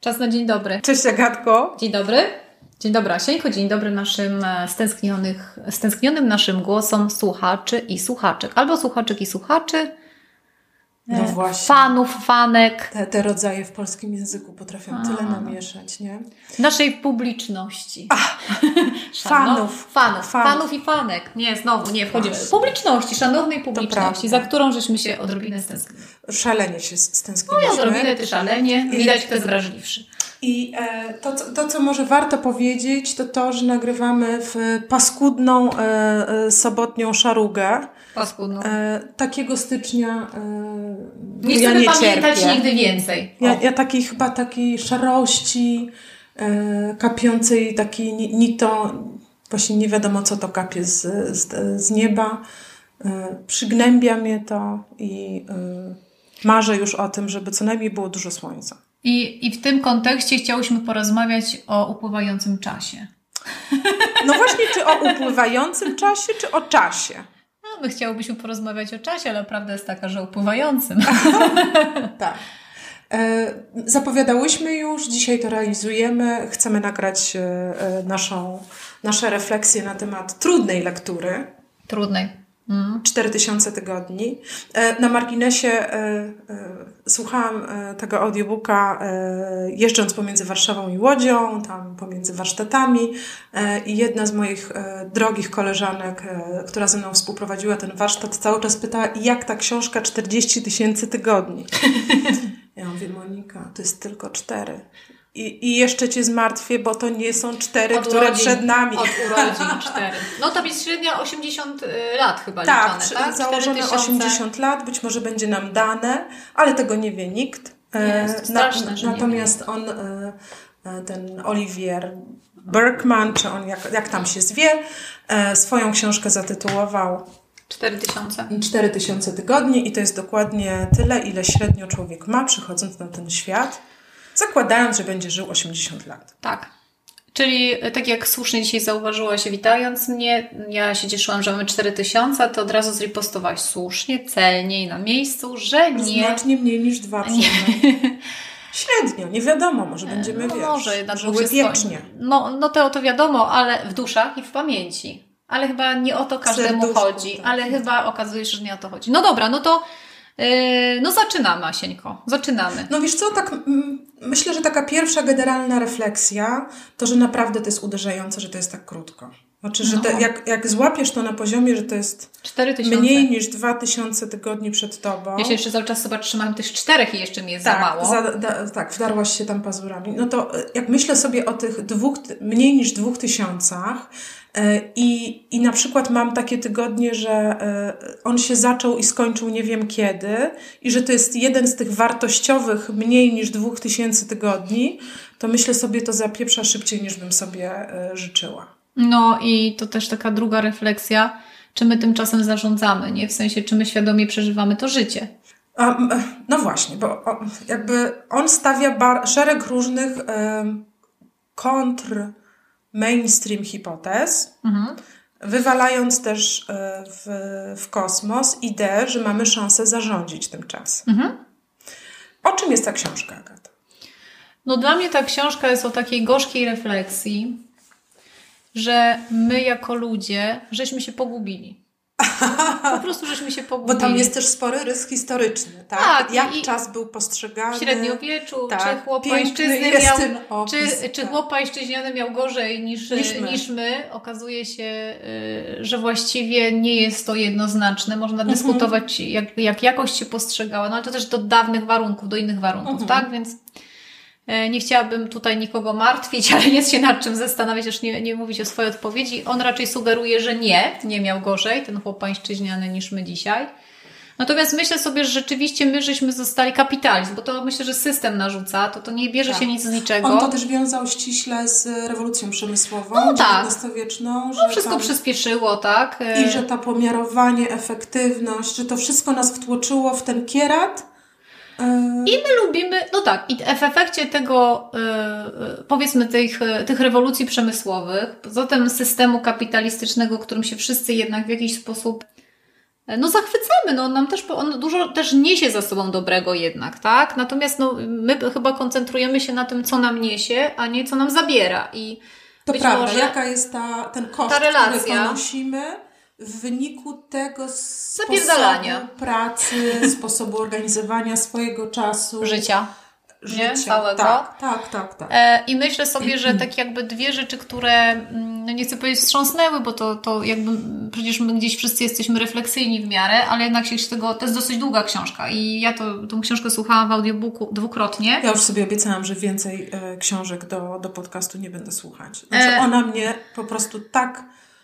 Czas na dzień dobry. Cześć Agatko. Dzień dobry. Dzień dobry Asieńko, dzień dobry naszym stęsknionym naszym głosom słuchaczy i słuchaczek. Albo słuchaczek i słuchaczy. No właśnie. Fanów, fanek. Te rodzaje w polskim języku potrafią tyle namieszać, nie? Naszej publiczności. Fanów i fanek. Nie, znowu, nie wchodzimy. Publiczności, szanownej publiczności, za którą żeśmy się odrobinę stęsknili. Szalenie się stęskniliśmy. No i odrobinę ty szalenie. Widać, kto jest wrażliwszy. I to, co może warto powiedzieć, to, że nagrywamy w paskudną sobotnią szarugę. Paskudną. Takiego stycznia nie chcemy pamiętać nigdy więcej. Ja takiej szarości, kapiącej, ni to, właśnie nie wiadomo co to kapie z nieba. Przygnębia mnie to i marzę już o tym, żeby co najmniej było dużo słońca. I w tym kontekście chciałyśmy porozmawiać o upływającym czasie. No właśnie, czy o upływającym czasie, czy o czasie? No, my chciałybyśmy porozmawiać o czasie, ale prawda jest taka, że upływającym. Tak. Zapowiadałyśmy już, dzisiaj to realizujemy. Chcemy nagrać nasze refleksje na temat trudnej lektury. Trudnej. 4000 tygodni. Na marginesie słuchałam tego audiobooka jeżdżąc pomiędzy Warszawą i Łodzią, tam pomiędzy warsztatami i jedna z moich drogich koleżanek, która ze mną współprowadziła ten warsztat, cały czas pytała, jak ta książka 40 000 tygodni? Ja mówię, Monika, to jest tylko 4. I jeszcze Cię zmartwię, bo to nie są 4, które przed nami. Od urodzin 4. No to jest średnia 80 lat chyba tak, liczone, tak? Założone 80 lat, być może będzie nam dane, ale tego nie wie nikt. Straszne, że natomiast on, ten Olivier Berkman, czy on jak tam się zwie, swoją książkę zatytułował 4000 tygodni i to jest dokładnie tyle, ile średnio człowiek ma, przychodząc na ten świat. Zakładając, że będzie żył 80 lat. Tak. Czyli tak jak słusznie dzisiaj zauważyłaś, witając mnie, ja się cieszyłam, że mamy 4000, to od razu zripostowałaś słusznie, celnie i na miejscu, że nie... Znacznie mniej niż 2 Średnio, nie wiadomo, może będziemy, może na żyły wiecznie. No to wiadomo, ale w duszach i w pamięci. Ale chyba nie o to każdemu chodzi. Tak. Ale chyba okazuje się, że nie o to chodzi. No dobra, no to zaczynamy, Asieńko. Zaczynamy. No wiesz co, tak myślę, że taka pierwsza generalna refleksja to, że naprawdę to jest uderzające, że to jest tak krótko. Znaczy, że jak złapiesz to na poziomie, że to jest 4000. Mniej niż 2000 tygodni przed tobą. Ja się jeszcze cały czas chyba trzymałam tych 4 i jeszcze mi jest za mało. Tak, wdarłaś się tam pazurami. No to jak myślę sobie o tych mniej niż 2000 i na przykład mam takie tygodnie, że on się zaczął i skończył nie wiem kiedy i że to jest jeden z tych wartościowych mniej niż 2000 tygodni, to myślę sobie, to zapieprza szybciej niż bym sobie życzyła. No i to też taka druga refleksja, czy my tym czasem zarządzamy, nie? W sensie, czy my świadomie przeżywamy to życie. No właśnie, bo jakby on stawia szereg różnych mainstream hipotez, wywalając też w kosmos ideę, że mamy szansę zarządzić tym czasem. O czym jest ta książka, Agata? No dla mnie ta książka jest o takiej gorzkiej refleksji, że my jako ludzie, żeśmy się pogubili. Po prostu żeśmy się pogubili. Bo tam jest też spory rys historyczny, tak? Tak, jak czas był postrzegany. W średniowieczu, tak, czy chłop pańszczyźniany miał gorzej niż my. Okazuje się, że właściwie nie jest to jednoznaczne. Można dyskutować, jak jakość się postrzegała, no ale to też do dawnych warunków, do innych warunków, tak? Więc nie chciałabym tutaj nikogo martwić, ale jest się nad czym zastanawiać, już nie mówić o swojej odpowiedzi. On raczej sugeruje, że nie miał gorzej, ten chłop pańszczyźniany, niż my dzisiaj. Natomiast myślę sobie, że rzeczywiście my żeśmy zostali kapitalizm, bo to myślę, że system narzuca, to nie bierze się nic z niczego. On to też wiązał ściśle z rewolucją przemysłową, XIX-wieczną. Że wszystko przyspieszyło, tak? I że to pomiarowanie, efektywność, że to wszystko nas wtłoczyło w ten kierat. I my lubimy, no tak, i w efekcie tego, powiedzmy tych rewolucji przemysłowych, zatem systemu kapitalistycznego, którym się wszyscy jednak w jakiś sposób zachwycamy, on dużo też niesie za sobą dobrego jednak, tak? Natomiast my chyba koncentrujemy się na tym, co nam niesie, a nie co nam zabiera. I to prawda, jaka jest ten koszt, który ponosimy w wyniku tego sposobu pracy, sposobu organizowania swojego czasu. Życia. Całego. Tak. I myślę sobie, że tak jakby dwie rzeczy, które, nie chcę powiedzieć wstrząsnęły, bo to jakby przecież my gdzieś wszyscy jesteśmy refleksyjni w miarę, ale jednak się z tego, to jest dosyć długa książka i ja tą książkę słuchałam w audiobooku dwukrotnie. Ja już sobie obiecałam, że więcej książek do podcastu nie będę słuchać. Znaczy ona mnie po prostu tak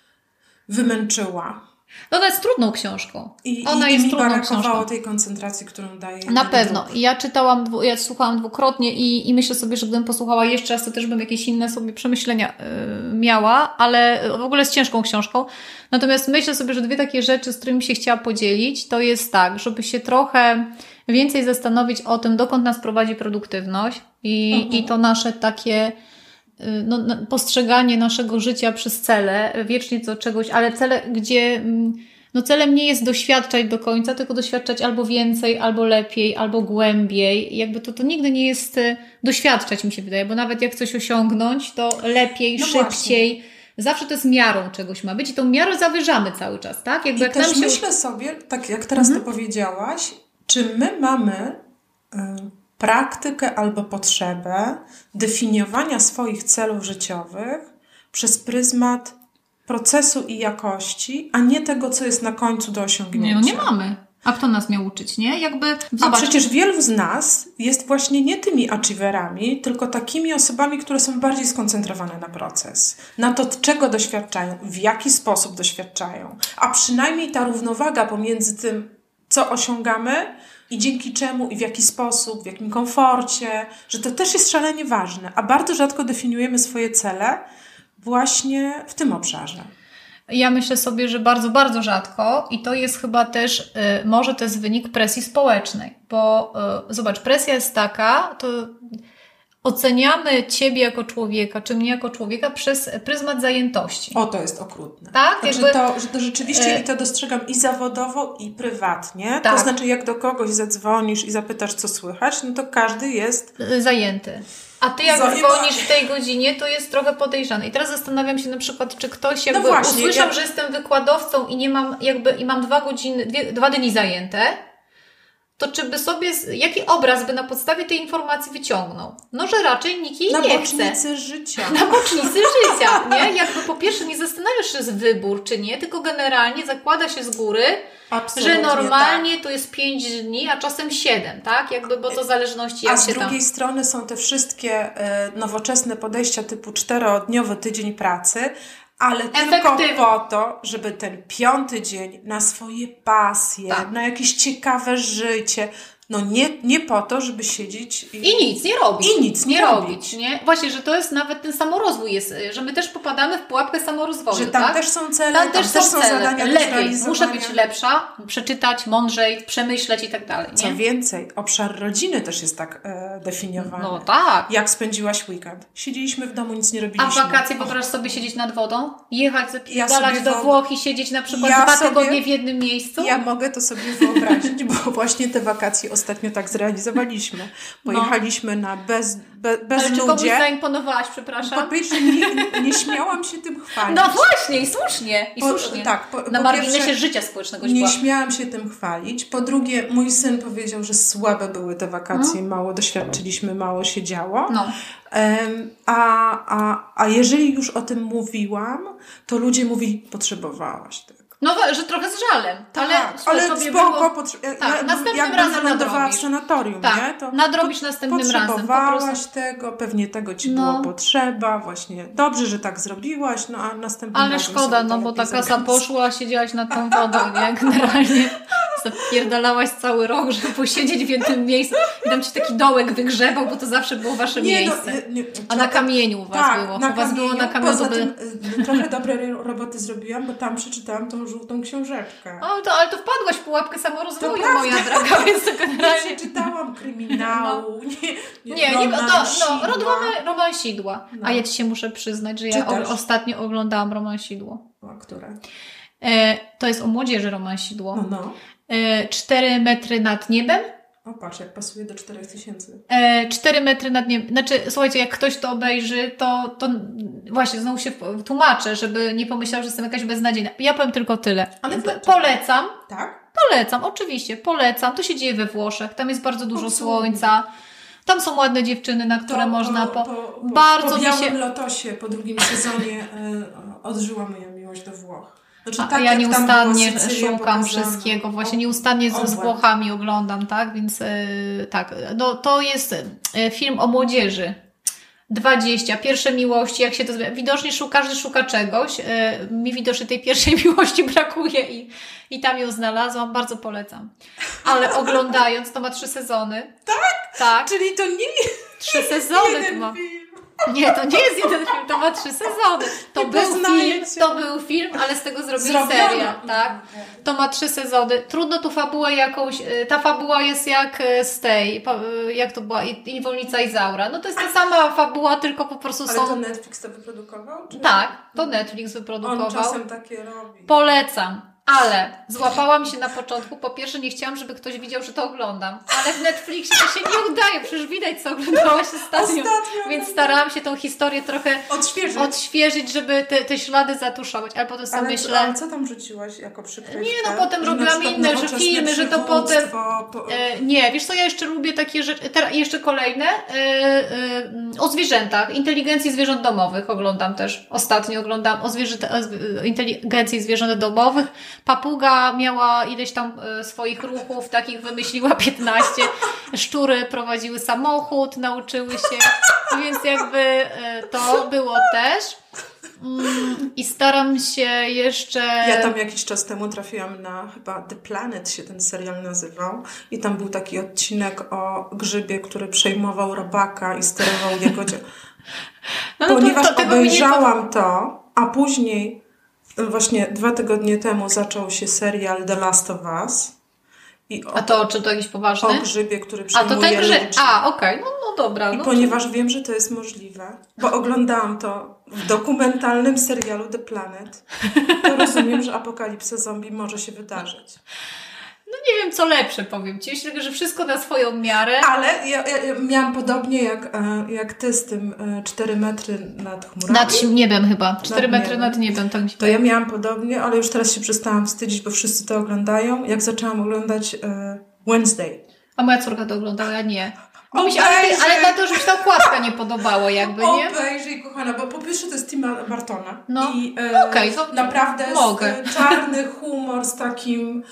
wymęczyła. Ona jest trudną książką. Ona jest trudną książką. Tej koncentracji, którą daje. Na pewno. Ja słuchałam dwukrotnie i myślę sobie, że gdybym posłuchała jeszcze raz, to też bym jakieś inne sobie przemyślenia miała, ale w ogóle jest ciężką książką. Natomiast myślę sobie, że dwie takie rzeczy, z którymi się chciała podzielić, to jest tak, żeby się trochę więcej zastanowić o tym, dokąd nas prowadzi produktywność i to nasze takie postrzeganie naszego życia przez cele, wiecznie co czegoś, ale cele, gdzie celem nie jest doświadczać do końca, tylko doświadczać albo więcej, albo lepiej, albo głębiej. Jakby to nigdy nie jest doświadczać, mi się wydaje, bo nawet jak coś osiągnąć, to lepiej, szybciej. Właśnie. Zawsze to jest miarą czegoś ma być i tą miarę zawyżamy cały czas, tak? Jakby jak też myślę sobie, tak jak teraz to powiedziałaś, czy my mamy praktykę albo potrzebę definiowania swoich celów życiowych przez pryzmat procesu i jakości, a nie tego, co jest na końcu do osiągnięcia. Nie mamy. A kto nas miał uczyć, nie? A przecież wielu z nas jest właśnie nie tymi achieverami, tylko takimi osobami, które są bardziej skoncentrowane na proces. Na to, czego doświadczają, w jaki sposób doświadczają. A przynajmniej ta równowaga pomiędzy tym, co osiągamy i dzięki czemu i w jaki sposób, w jakim komforcie, że to też jest szalenie ważne. A bardzo rzadko definiujemy swoje cele właśnie w tym obszarze. Ja myślę sobie, że bardzo, bardzo rzadko i to jest chyba też, może to jest wynik presji społecznej, bo zobacz, presja jest taka, to oceniamy Ciebie jako człowieka, czy mnie jako człowieka przez pryzmat zajętości. O, to jest okrutne. Tak? Znaczy że to rzeczywiście i to dostrzegam i zawodowo, i prywatnie. Tak. To znaczy, jak do kogoś zadzwonisz i zapytasz, co słychać, no to każdy jest zajęty. A ty jak dzwonisz w tej godzinie, to jest trochę podejrzane. I teraz zastanawiam się na przykład, czy ktoś jakby usłyszał, że jestem wykładowcą i nie mam i mam 2 dni zajęte, to czy by sobie, jaki obraz by na podstawie tej informacji wyciągnął? No, że raczej nikt jej nie chce. Na bocznicy życia. Na bocznicy życia, nie? Jakby po pierwsze nie zastanawiasz się, jest wybór czy nie, tylko generalnie zakłada się z góry, że normalnie to jest 5 dni, a czasem 7, tak? Jakby, bo to w zależności jak się tam... A z drugiej strony są te wszystkie nowoczesne podejścia typu 4-dniowy tydzień pracy, ale tylko po to, żeby ten 5. dzień na swoje pasje, na jakieś ciekawe życie, no nie po to, żeby siedzieć i nic nie robić. I nic nie robić. Nie? Właśnie, że to jest nawet ten samorozwój jest, że my też popadamy w pułapkę samorozwoju. Że tam też są cele, tam też są zadania lepiej, muszę być lepsza, przeczytać, mądrzej, przemyśleć i tak dalej. Nie? Co więcej, obszar rodziny też jest tak definiowany. No tak. Jak spędziłaś weekend? Siedzieliśmy w domu, nic nie robiliśmy. A w wakacje wyobraź sobie siedzieć nad wodą? Jechać, zapierdalać do Włoch i siedzieć na przykład 2 tygodnie w jednym miejscu? Ja mogę to sobie wyobrazić, bo właśnie te wakacje ostatnio tak zrealizowaliśmy. Pojechaliśmy na bez Ale czy komuś zaimponowałaś, przepraszam? Po pierwsze, nie śmiałam się tym chwalić. No właśnie, i słusznie. Na marginesie życia społecznego nie śmiałam się tym chwalić. Po drugie, mój syn powiedział, że słabe były te wakacje, mało doświadczyliśmy, mało się działo. No. A jeżeli już o tym mówiłam, to ludzie mówili, potrzebowałaś tego. No, że trochę z żalem. Ale spoko. Następnym razem nadrobisz. w sanatorium, nie? To nadrobisz następnym razem. Potrzebowałaś tego, pewnie tego Ci było potrzeba, właśnie. Dobrze, że tak zrobiłaś, a następnym razem. Ale szkoda, bo ta kasa poszła, siedziałaś nad tą wodą, nie? Generalnie zapierdalałaś cały rok, żeby posiedzieć w jednym miejscu i tam Ci taki dołek wygrzebał, bo to zawsze było Wasze miejsce. A na kamieniu u Was było. U Was było na kamieniu. Poza tym trochę dobrej roboty zrobiłam, bo tam przeczytałam tą żółtą książeczkę. Ale to wpadłaś w pułapkę samorozwoju, moja droga, więc to generalnie... Ja czytałam kryminału, Romansidła. A ja Ci się muszę przyznać, że ja ostatnio oglądałam Romansidło. A które? To jest o młodzieży Romansidło. No. 4 metry nad niebem. O, patrz, jak pasuje do 4000. 4 metry nad niebem. Znaczy, słuchajcie, jak ktoś to obejrzy, to właśnie znowu się tłumaczę, żeby nie pomyślał, że jestem jakaś beznadziejna. Ja powiem tylko tyle. Ale polecam. Tak? Polecam, oczywiście, polecam. To się dzieje we Włoszech. Tam jest bardzo dużo słońca. Tam są ładne dziewczyny, na które można bardzo po mi Białym Lotosie, po drugim sezonie odżyła moja miłość do Włoch. Znaczy, tak, ja nieustannie szukam wszystkiego, właśnie nieustannie z Włochami oglądam, tak? Więc tak, no, to jest film o młodzieży. 20, pierwsze miłości, jak się to widocznie każdy szuka czegoś. Mi widocznie tej pierwszej miłości brakuje i tam ją znalazłam. Bardzo polecam. Ale oglądając, to ma 3 sezony. Tak? Tak. Czyli to nie jest 3 sezony to ma. Nie, to nie jest jeden film, to ma 3 sezony. To był film, ale z tego zrobili serial, tak? To ma 3 sezony. Trudno tu fabułę jakąś, ta fabuła jest jak z tej, jak to była, Niewolnica Izaura. No to jest ta sama fabuła, tylko po prostu ale to Netflix to wyprodukował? Czy... Tak, to Netflix wyprodukował. On czasem takie robi. Polecam. Ale złapałam się na początku, po pierwsze nie chciałam, żeby ktoś widział, że to oglądam, ale w Netflixie to się nie udaje, przecież widać, co oglądałaś ostatnio, więc starałam się tą historię trochę odświeżyć, żeby te ślady zatuszować, ale potem sobie myślę... Ale co tam rzuciłaś jako przykrytkę? Nie, no potem robiłam inne, że filmy, że to potem... Nie, wiesz co, ja jeszcze lubię takie rzeczy, jeszcze kolejne, o zwierzętach, inteligencji zwierząt domowych oglądam też, ostatnio oglądam o inteligencji zwierząt domowych. Papuga miała ileś tam swoich ruchów, takich wymyśliła 15. Szczury prowadziły samochód, nauczyły się, więc jakby to było też. I staram się jeszcze... Ja tam jakiś czas temu trafiłam na, chyba The Planet się ten serial nazywał i tam był taki odcinek o grzybie, który przejmował robaka i sterował jego... Ponieważ obejrzałam to, a później właśnie 2 tygodnie temu zaczął się serial The Last of Us. A to czy to jakiś poważny? O grzybie, który przejmuje ludzi. Okej. No dobra. I ponieważ wiem, że to jest możliwe, bo oglądałam to w dokumentalnym serialu The Planet, to rozumiem, że apokalipsa zombie może się wydarzyć. No nie wiem, co lepsze, powiem Ci. Myślę, że wszystko na swoją miarę. Ale ja miałam podobnie jak Ty z tym 4 metry nad chmurami. Nad niebem chyba. 4 metry nad niebem. Tak mi się to ja miałam podobnie, ale już teraz się przestałam wstydzić, bo wszyscy to oglądają. Jak zaczęłam oglądać Wednesday. A moja córka to oglądała, ja nie. Ale na to, że mi się ta okładka nie podobało jakby, nie? Obejrzyj, kochana, bo po pierwsze to jest Tima Bartona. No, i to naprawdę mogę. Czarny humor z takim...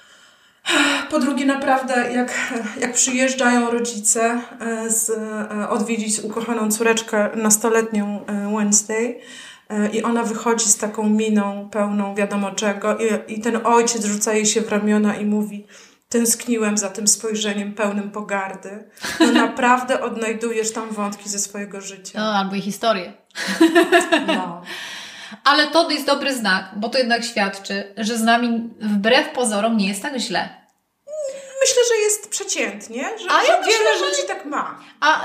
Po drugie, naprawdę, jak przyjeżdżają rodzice odwiedzić ukochaną córeczkę nastoletnią Wednesday i ona wychodzi z taką miną pełną wiadomo czego i ten ojciec rzuca jej się w ramiona i mówi: tęskniłem za tym spojrzeniem pełnym pogardy. No naprawdę odnajdujesz tam wątki ze swojego życia. No, albo i historię. No. Ale to jest dobry znak, bo to jednak świadczy, że z nami wbrew pozorom nie jest tak źle. Myślę, że jest przeciętnie, że wiele ludzi tak ma.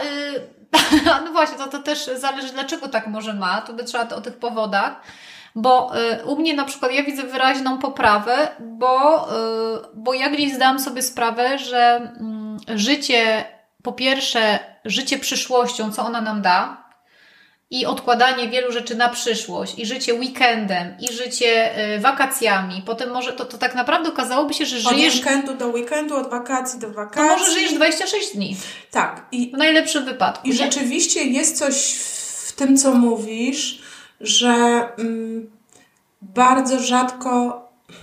No właśnie, to też zależy, dlaczego tak może ma, to by trzeba o tych powodach, bo u mnie na przykład ja widzę wyraźną poprawę, bo ja gdzieś zdałam sobie sprawę, że życie, po pierwsze życie przyszłością, co ona nam da, i odkładanie wielu rzeczy na przyszłość, i życie weekendem, i życie wakacjami. Potem może to tak naprawdę okazałoby się, że żyjesz... Od weekendu do weekendu, od wakacji do wakacji. To może żyjesz 26 dni. Tak. W najlepszym wypadku. I rzeczywiście jest coś w tym, co mówisz, że bardzo rzadko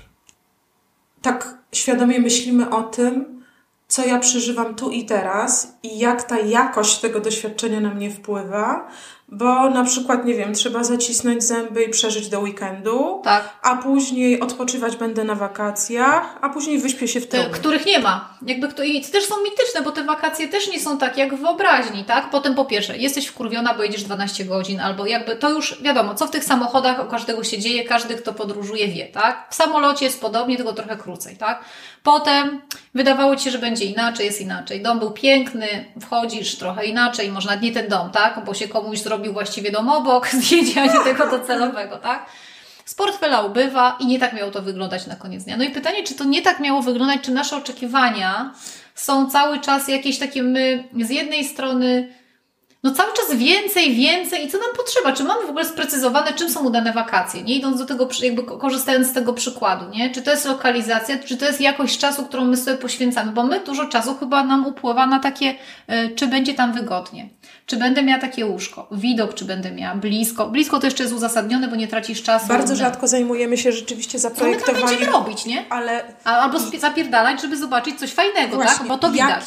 tak świadomie myślimy o tym, co ja przeżywam tu i teraz i jak ta jakość tego doświadczenia na mnie wpływa, bo na przykład, nie wiem, trzeba zacisnąć zęby i przeżyć do weekendu, tak. A później odpoczywać będę na wakacjach, a później wyśpię się w tył. Których nie ma. I też są mityczne, bo te wakacje też nie są tak jak w wyobraźni, tak? Potem po pierwsze, jesteś wkurwiona, bo jedziesz 12 godzin, albo jakby to już wiadomo, co w tych samochodach u każdego się dzieje, każdy, kto podróżuje, wie, tak? W samolocie jest podobnie, tylko trochę krócej, tak? Potem wydawało Ci się, że będzie inaczej, jest inaczej. Dom był piękny, wchodzisz trochę inaczej, może nawet nie ten dom, tak? Bo się komuś zrobił właściwie dom obok, zdjęcia, a nie tego docelowego, tak? z portfela ubywa i nie tak miało to wyglądać na koniec dnia. No i pytanie, czy to nie tak miało wyglądać, czy nasze oczekiwania są cały czas jakieś takie my z jednej strony cały czas więcej i co nam potrzeba? Czy mamy w ogóle sprecyzowane, czym są udane wakacje? Nie idąc do tego, jakby korzystając z tego przykładu, nie? Czy to jest lokalizacja, czy to jest jakość czasu, którą my sobie poświęcamy? Bo my dużo czasu chyba nam upływa na takie, czy będzie tam wygodnie? Czy będę miała takie łóżko? Widok, czy będę miała blisko? Blisko to jeszcze jest uzasadnione, bo nie tracisz czasu. Bardzo rzadko zajmujemy się rzeczywiście zaprojektowaniem. Co my tam będziemy robić, nie? Albo zapierdalać, żeby zobaczyć coś fajnego, właśnie, tak? Bo to widać.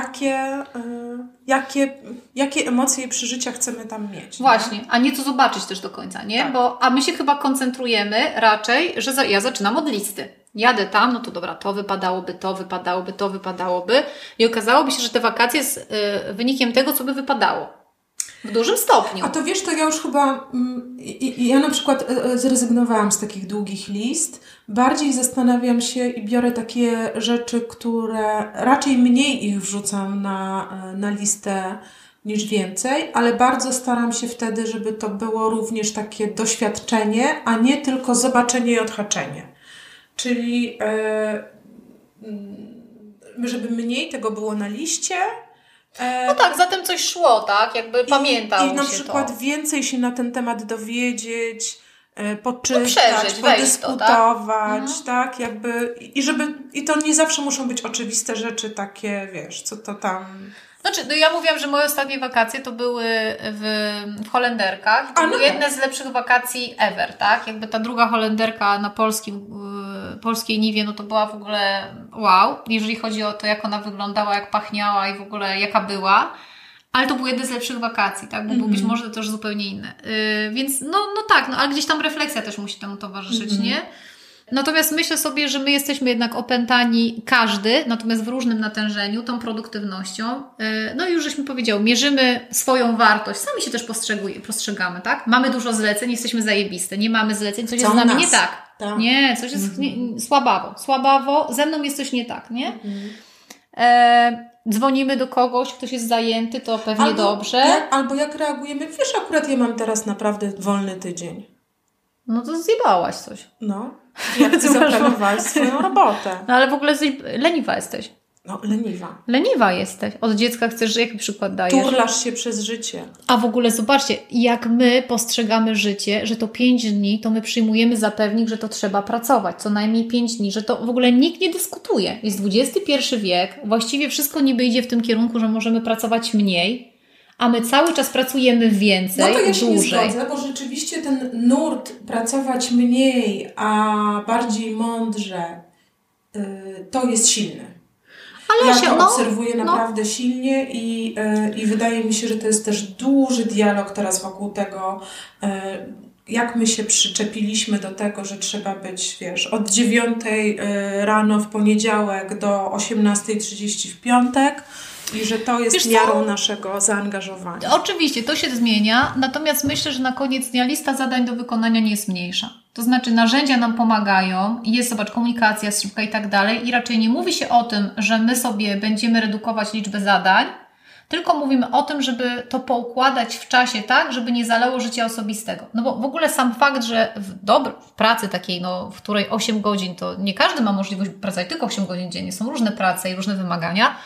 Jakie emocje i przeżycia chcemy tam mieć. Właśnie, a nie co zobaczyć też do końca, nie? Tak. A my się chyba koncentrujemy raczej, że ja zaczynam od listy. Jadę tam, no to dobra, to wypadałoby i okazałoby się, że te wakacje jest wynikiem tego, co by wypadało. W dużym stopniu. A to wiesz, to ja już chyba, ja na przykład zrezygnowałam z takich długich list. Bardziej zastanawiam się i biorę takie rzeczy, które raczej mniej ich wrzucam na listę niż więcej, ale bardzo staram się wtedy, żeby to było również takie doświadczenie, a nie tylko zobaczenie i odhaczenie. Czyli żeby mniej tego było na liście. No tak, zatem coś szło, tak? Jakby pamiętało się to. I na przykład więcej się na ten temat dowiedzieć, poczytać, przeżyć, podyskutować, tak? Jakby, i to nie zawsze muszą być oczywiste rzeczy takie, wiesz, co to tam... Znaczy, ja mówiłam, że moje ostatnie wakacje to były w Holenderkach. To były jedne z lepszych wakacji ever, tak? Jakby ta druga Holenderka na polskiej niwie, no to była w ogóle wow, jeżeli chodzi o to, jak ona wyglądała, jak pachniała i w ogóle jaka była. Ale to były jedne z lepszych wakacji, tak? Bo być może to też zupełnie inne. Więc no tak, ale gdzieś tam refleksja też musi temu towarzyszyć, nie? Natomiast myślę sobie, że my jesteśmy jednak opętani każdy, natomiast w różnym natężeniu, tą produktywnością. No i już żeśmy powiedział, mierzymy swoją wartość, sami się też postrzegamy, tak? Mamy dużo zleceń, jesteśmy zajebiste, nie mamy zleceń, coś jest z nami nie tak. Nie, coś jest słabawo, ze mną jest coś nie tak, nie? Dzwonimy do kogoś, ktoś jest zajęty, to pewnie dobrze. Albo jak reagujemy, wiesz, akurat ja mam teraz naprawdę wolny tydzień. No to zjebałaś coś. No. Jak ty zaplanowałaś swoją robotę. No ale w ogóle leniwa jesteś. No, leniwa. Leniwa jesteś. Od dziecka chcesz, jaki przykład dajesz? Turlasz się przez życie. A w ogóle zobaczcie, jak my postrzegamy życie, że to 5 dni, to my przyjmujemy za pewnik, że to trzeba pracować. Co najmniej 5 dni, że to w ogóle nikt nie dyskutuje. Jest XXI wiek, właściwie wszystko niby idzie w tym kierunku, że możemy pracować mniej, a my cały czas pracujemy więcej, no to ja się dłużej. Nie zgodzę, bo rzeczywiście ten nurt pracować mniej, a bardziej mądrze, to jest silny. Ale ja to obserwuję naprawdę silnie i wydaje mi się, że to jest też duży dialog teraz wokół tego, jak my się przyczepiliśmy do tego, że trzeba być, wiesz, od 9 rano w poniedziałek do 18:30 w piątek. I że to jest miarą naszego zaangażowania. Oczywiście, to się zmienia, natomiast myślę, że na koniec dnia lista zadań do wykonania nie jest mniejsza. To znaczy narzędzia nam pomagają, jest, zobacz, komunikacja szybka i tak dalej i raczej nie mówi się o tym, że my sobie będziemy redukować liczbę zadań, tylko mówimy o tym, żeby to poukładać w czasie tak, żeby nie zalało życia osobistego. No bo w ogóle sam fakt, że w pracy takiej, w której 8 godzin, to nie każdy ma możliwość pracować tylko 8 godzin dziennie, są różne prace i różne wymagania.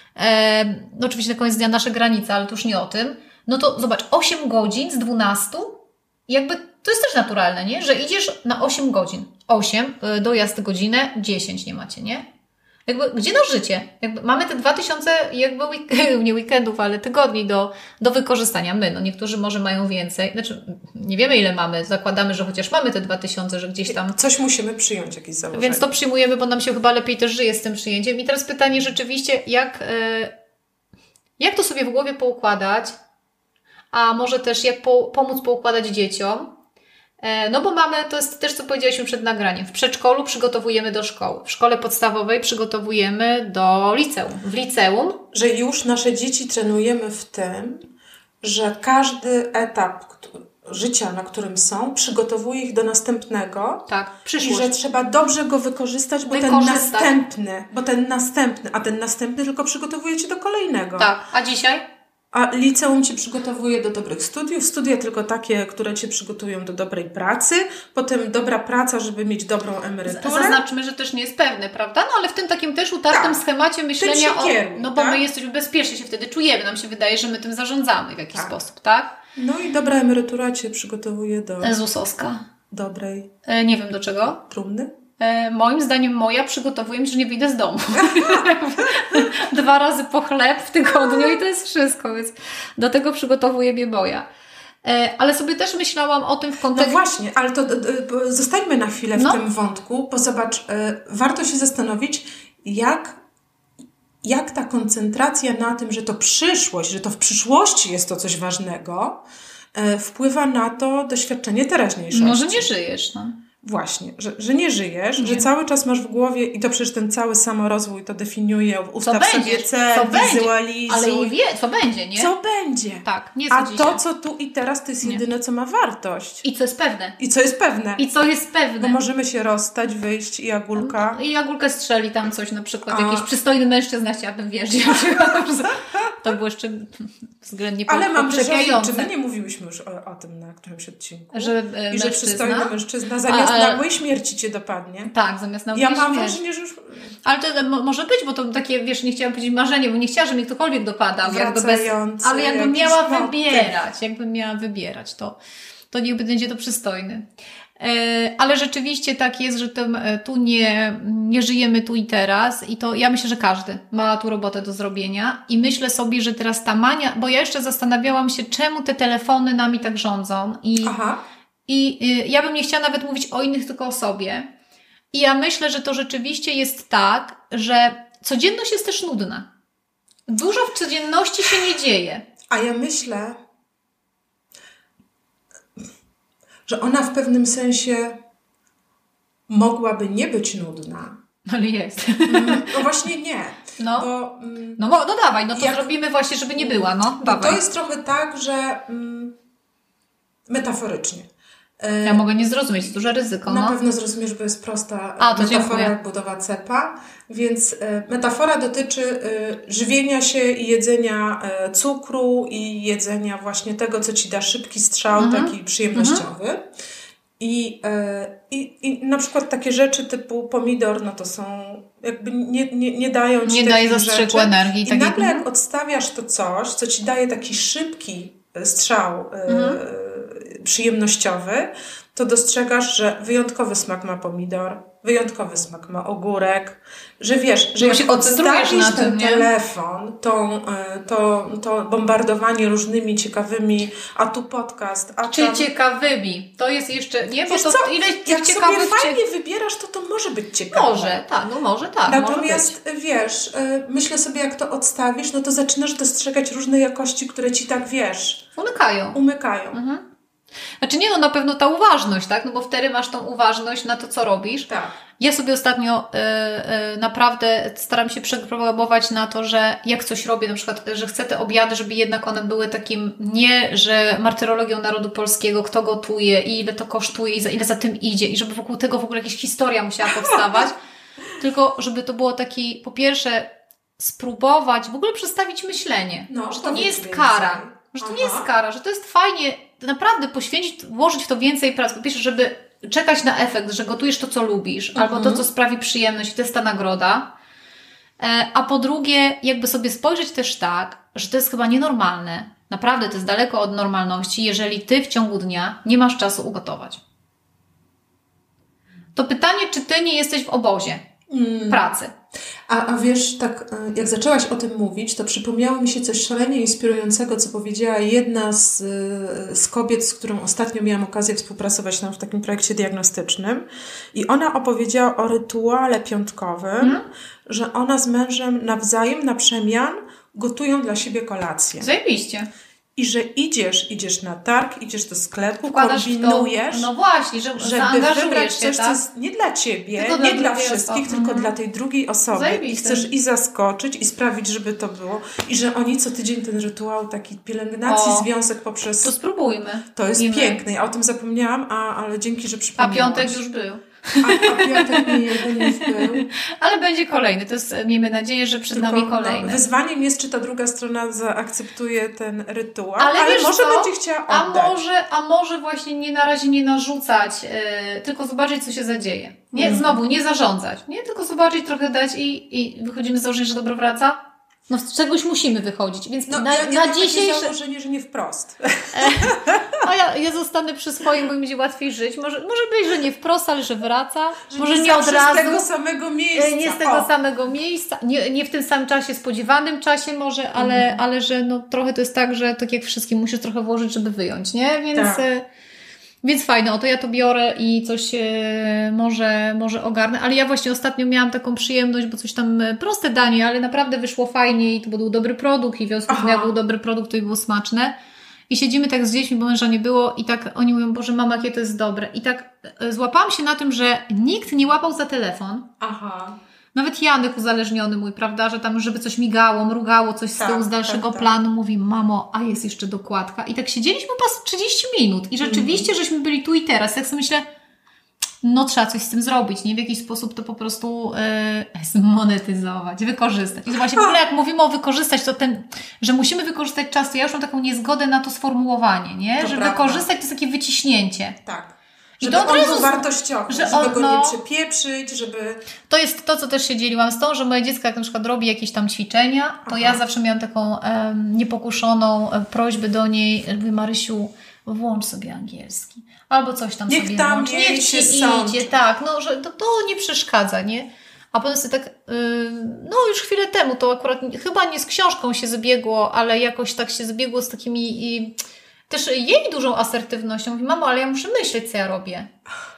No oczywiście na koniec dnia nasze granice, ale to już nie o tym. No to zobacz, 8 godzin z 12, jakby to jest też naturalne, nie? Że idziesz na 8 godzin. 8, dojazd godzinę, 10 nie macie, nie? Jakby, gdzie nasz życie? Jakby mamy te 2000 jakby nie weekendów, ale tygodni do wykorzystania. My, niektórzy może mają więcej. Znaczy, nie wiemy ile mamy. Zakładamy, że chociaż mamy te 2000, że gdzieś tam... Coś musimy przyjąć, jakieś założenie. Więc to przyjmujemy, bo nam się chyba lepiej też żyje z tym przyjęciem. I teraz pytanie rzeczywiście, jak to sobie w głowie poukładać, a może też jak pomóc poukładać dzieciom. No bo mamy, to jest też co powiedzieliśmy przed nagraniem, w przedszkolu przygotowujemy do szkoły, w szkole podstawowej przygotowujemy do liceum, w liceum. Że już nasze dzieci trenujemy w tym, że każdy etap życia, na którym są, przygotowuje ich do następnego. Tak, przyszłość. I że trzeba dobrze go wykorzystać, a ten następny tylko przygotowuje cię do kolejnego. Tak, a dzisiaj? A liceum Cię przygotowuje do dobrych studiów, studia tylko takie, które Cię przygotują do dobrej pracy, potem dobra praca, żeby mieć dobrą emeryturę. Zaznaczmy, że też nie jest pewne, prawda? No ale w tym takim też utartym schemacie myślenia kieruj, bo my jesteśmy bezpiecznie, się wtedy czujemy, nam się wydaje, że my tym zarządzamy w jakiś sposób, tak? No i dobra emerytura Cię przygotowuje do... ZUS-owska. Dobrej... Nie wiem do czego. Trumny? Moim zdaniem moja przygotowuje mnie, że nie wyjdę z domu. 2 razy po chleb w tygodniu i to jest wszystko, więc do tego przygotowuje mnie moja. Ale sobie też myślałam o tym w kontekście... No właśnie, ale to zostańmy na chwilę w tym wątku, bo zobacz, warto się zastanowić, jak ta koncentracja na tym, że to przyszłość, że to w przyszłości jest to coś ważnego, wpływa na to doświadczenie teraźniejszości. Może nie żyjesz, no. Właśnie, że nie żyjesz, że cały czas masz w głowie i to przecież ten cały samorozwój to definiuje, ustaw sobie cel, wizualizuj. Ale i wie, co będzie, nie? Co będzie. Tak, nie a to, co tu i teraz, to jest jedyne, co ma wartość. I co jest pewne. I co jest pewne. I co jest pewne. Bo możemy się rozstać, wyjść i Jagulka... I Jagulka strzeli tam coś, na przykład jakiś przystojny mężczyzna chciałabym wierzyć. To było jeszcze względnie ale mam przepiające. Czy my nie mówiłyśmy już o tym na którymś odcinku? Że przystojny mężczyzna zamiast nagłej śmierci Cię dopadnie. Tak, zamiast nagłej śmierci. Ja mam wrażenie, że już... Ale to może być, bo to takie, wiesz, nie chciałam powiedzieć marzenie, bo nie chciałam, żeby mnie ktokolwiek dopadał. Ale jakbym miała wybierać, to niech będzie to przystojny. Ale rzeczywiście tak jest, że tu nie żyjemy tu i teraz i to ja myślę, że każdy ma tu robotę do zrobienia i myślę sobie, że teraz ta mania, bo ja jeszcze zastanawiałam się, czemu te telefony nami tak rządzą i ja bym nie chciała nawet mówić o innych, tylko o sobie. I ja myślę, że to rzeczywiście jest tak, że codzienność jest też nudna. Dużo w codzienności się nie dzieje. A ja myślę, że ona w pewnym sensie mogłaby nie być nudna. Ale jest. No właśnie nie. No dawaj, to zrobimy właśnie, żeby nie była. To jest trochę tak, że metaforycznie. Ja mogę nie zrozumieć, jest duże ryzyko. Na pewno zrozumiesz, bo jest prosta metafora jak budowa cepa. Więc metafora dotyczy żywienia się i jedzenia cukru i jedzenia właśnie tego, co Ci da szybki strzał, taki przyjemnościowy. I na przykład takie rzeczy typu pomidor, no to są jakby nie dają Ci nie daje zastrzyku energii. I nagle jak odstawiasz to coś, co Ci daje taki szybki strzał przyjemnościowy, to dostrzegasz, że wyjątkowy smak ma pomidor, wyjątkowy smak ma ogórek, że wiesz, że jak odstawisz na ten telefon, to bombardowanie różnymi ciekawymi, a tu podcast, a czy ciekawymi. To jest jeszcze, nie? Bo wiesz to co, ileś jak sobie fajnie wybierasz, to może być ciekawe. Może tak. Natomiast wiesz, myślę sobie, jak to odstawisz, no to zaczynasz dostrzegać różne jakości, które Ci tak, wiesz... Umykają. Znaczy na pewno ta uważność, tak? No bo wtedy masz tą uważność na to, co robisz. Tak. Ja sobie ostatnio naprawdę staram się przeprogramować na to, że jak coś robię, na przykład, że chcę te obiady, żeby jednak one były takim, nie, że martyrologią narodu polskiego, kto gotuje i ile to kosztuje i ile za tym idzie i żeby wokół tego w ogóle jakaś historia musiała powstawać, tylko żeby to było taki, po pierwsze, spróbować w ogóle przestawić myślenie, że to nie jest kara. Że to nie jest kara, że to jest fajnie naprawdę poświęcić, włożyć w to więcej pracy. Po pierwsze, żeby czekać na efekt, że gotujesz to, co lubisz, albo to, co sprawi przyjemność i to jest ta nagroda. A po drugie, jakby sobie spojrzeć też tak, że to jest chyba nienormalne. Naprawdę to jest daleko od normalności, jeżeli Ty w ciągu dnia nie masz czasu ugotować. To pytanie, czy Ty nie jesteś w obozie pracy? A wiesz, tak jak zaczęłaś o tym mówić, to przypomniało mi się coś szalenie inspirującego, co powiedziała jedna z kobiet, z którą ostatnio miałam okazję współpracować w takim projekcie diagnostycznym. I ona opowiedziała o rytuale piątkowym, że ona z mężem nawzajem, na przemian gotują dla siebie kolację. Zajebiście. I że idziesz na targ, idziesz do sklepu, kombinujesz, no właśnie, żeby wybrać coś, co jest nie dla Ciebie, tylko nie dla wszystkich, tylko dla tej drugiej osoby. Zajebiste. I chcesz i zaskoczyć, i sprawić, żeby to było. I że oni co tydzień ten rytuał taki pielęgnacji, związek poprzez... To spróbujmy. To jest piękne. Ja o tym zapomniałam, ale dzięki, że przypomniałaś. A piątek już był. A piątek nie już był. Ale będzie kolejny. To jest, miejmy nadzieję, że przed nami kolejny. Wyzwaniem jest, czy ta druga strona zaakceptuje ten rytuał, ale może będzie chciała oddać. A może właśnie na razie nie narzucać, tylko zobaczyć, co się zadzieje. Nie, znowu, nie zarządzać. Nie, tylko zobaczyć, trochę dać i wychodzimy z założenia, że dobro wraca. No z czegoś musimy wychodzić, więc na dzisiejsze... takie założenie, że nie wprost. A ja zostanę przy swoim, bo mi będzie łatwiej żyć. Może być, że nie wprost, ale że wraca. Że może nie od razu. Z tego samego miejsca. Nie z tego samego miejsca. Nie w tym samym czasie, spodziewanym czasie może, ale że no trochę to jest tak, że tak jak wszystkim musisz trochę włożyć, żeby wyjąć, nie? Więc fajne, to ja to biorę i coś może ogarnę, ale ja właśnie ostatnio miałam taką przyjemność, bo coś tam proste danie, ale naprawdę wyszło fajnie i to był dobry produkt i w związku z tym jak był dobry produkt, to i było smaczne. I siedzimy tak z dziećmi, bo męża nie było i tak oni mówią, Boże mama, jakie to jest dobre. I tak złapałam się na tym, że nikt nie łapał za telefon. Nawet Janek uzależniony mój, prawda, że tam żeby coś migało, mrugało, coś z tyłu z dalszego planu, mówi, mamo, a jest jeszcze dokładka. I tak siedzieliśmy pas 30 minut i rzeczywiście, żeśmy byli tu i teraz. Jak sobie myślę, no trzeba coś z tym zrobić, nie? W jakiś sposób to po prostu zmonetyzować, wykorzystać. I właśnie w ogóle jak mówimy o wykorzystać, to że musimy wykorzystać czas, to ja już mam taką niezgodę na to sformułowanie, nie? Że wykorzystać to jest takie wyciśnięcie. Tak. Żeby on był wartościowy, żeby go nie przepieprzyć, żeby... To jest to, co też się dzieliłam z tą, że moje dziecko jak na przykład robi jakieś tam ćwiczenia, to ja zawsze miałam taką niepokuszoną prośbę do niej, Marysiu, włącz sobie angielski. Albo coś tam niech sobie tam włącz. Niech ci idzie. Tak, no, że to nie przeszkadza, nie? A potem sobie tak, już chwilę temu, to akurat chyba nie z książką się zbiegło, ale jakoś tak się zbiegło z takimi... Też jej dużą asertywnością. Mówi, mamo, ale ja muszę myśleć, co ja robię.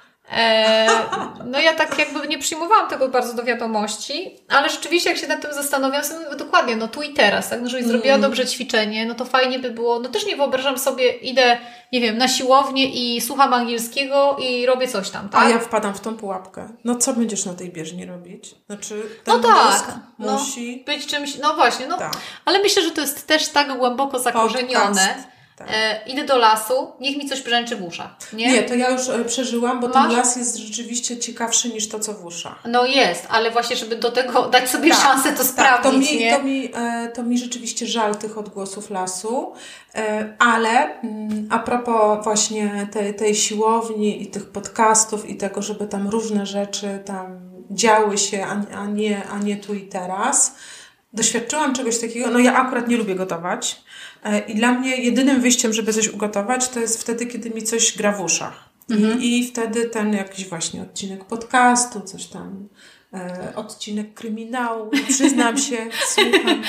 Ja tak jakby nie przyjmowałam tego bardzo do wiadomości, ale rzeczywiście jak się nad tym zastanawiam, sobie mówię, dokładnie, no tu i teraz, tak? No, żebyś zrobiła dobrze ćwiczenie, no to fajnie by było, no też nie wyobrażam sobie, idę, nie wiem, na siłownię i słucham angielskiego i robię coś tam, tak? A ja wpadam w tą pułapkę. No co będziesz na tej bieżni robić? Znaczy ten mózg musi... być czymś, no właśnie, ale myślę, że to jest też tak głęboko zakorzenione. Idę do lasu, niech mi coś brzęczy w uszach. Nie, to ja już przeżyłam, bo ten las jest rzeczywiście ciekawszy niż to, co w uszach. No jest, ale właśnie, żeby do tego dać sobie szansę to sprawdzić. To mi rzeczywiście żal tych odgłosów lasu, ale a propos właśnie tej siłowni i tych podcastów i tego, żeby tam różne rzeczy tam działy się, a nie tu i teraz. Doświadczyłam czegoś takiego, ja akurat nie lubię gotować i dla mnie jedynym wyjściem, żeby coś ugotować, to jest wtedy, kiedy mi coś gra w uszach. I wtedy ten jakiś właśnie odcinek podcastu, coś tam, odcinek kryminału, przyznam się, słucham.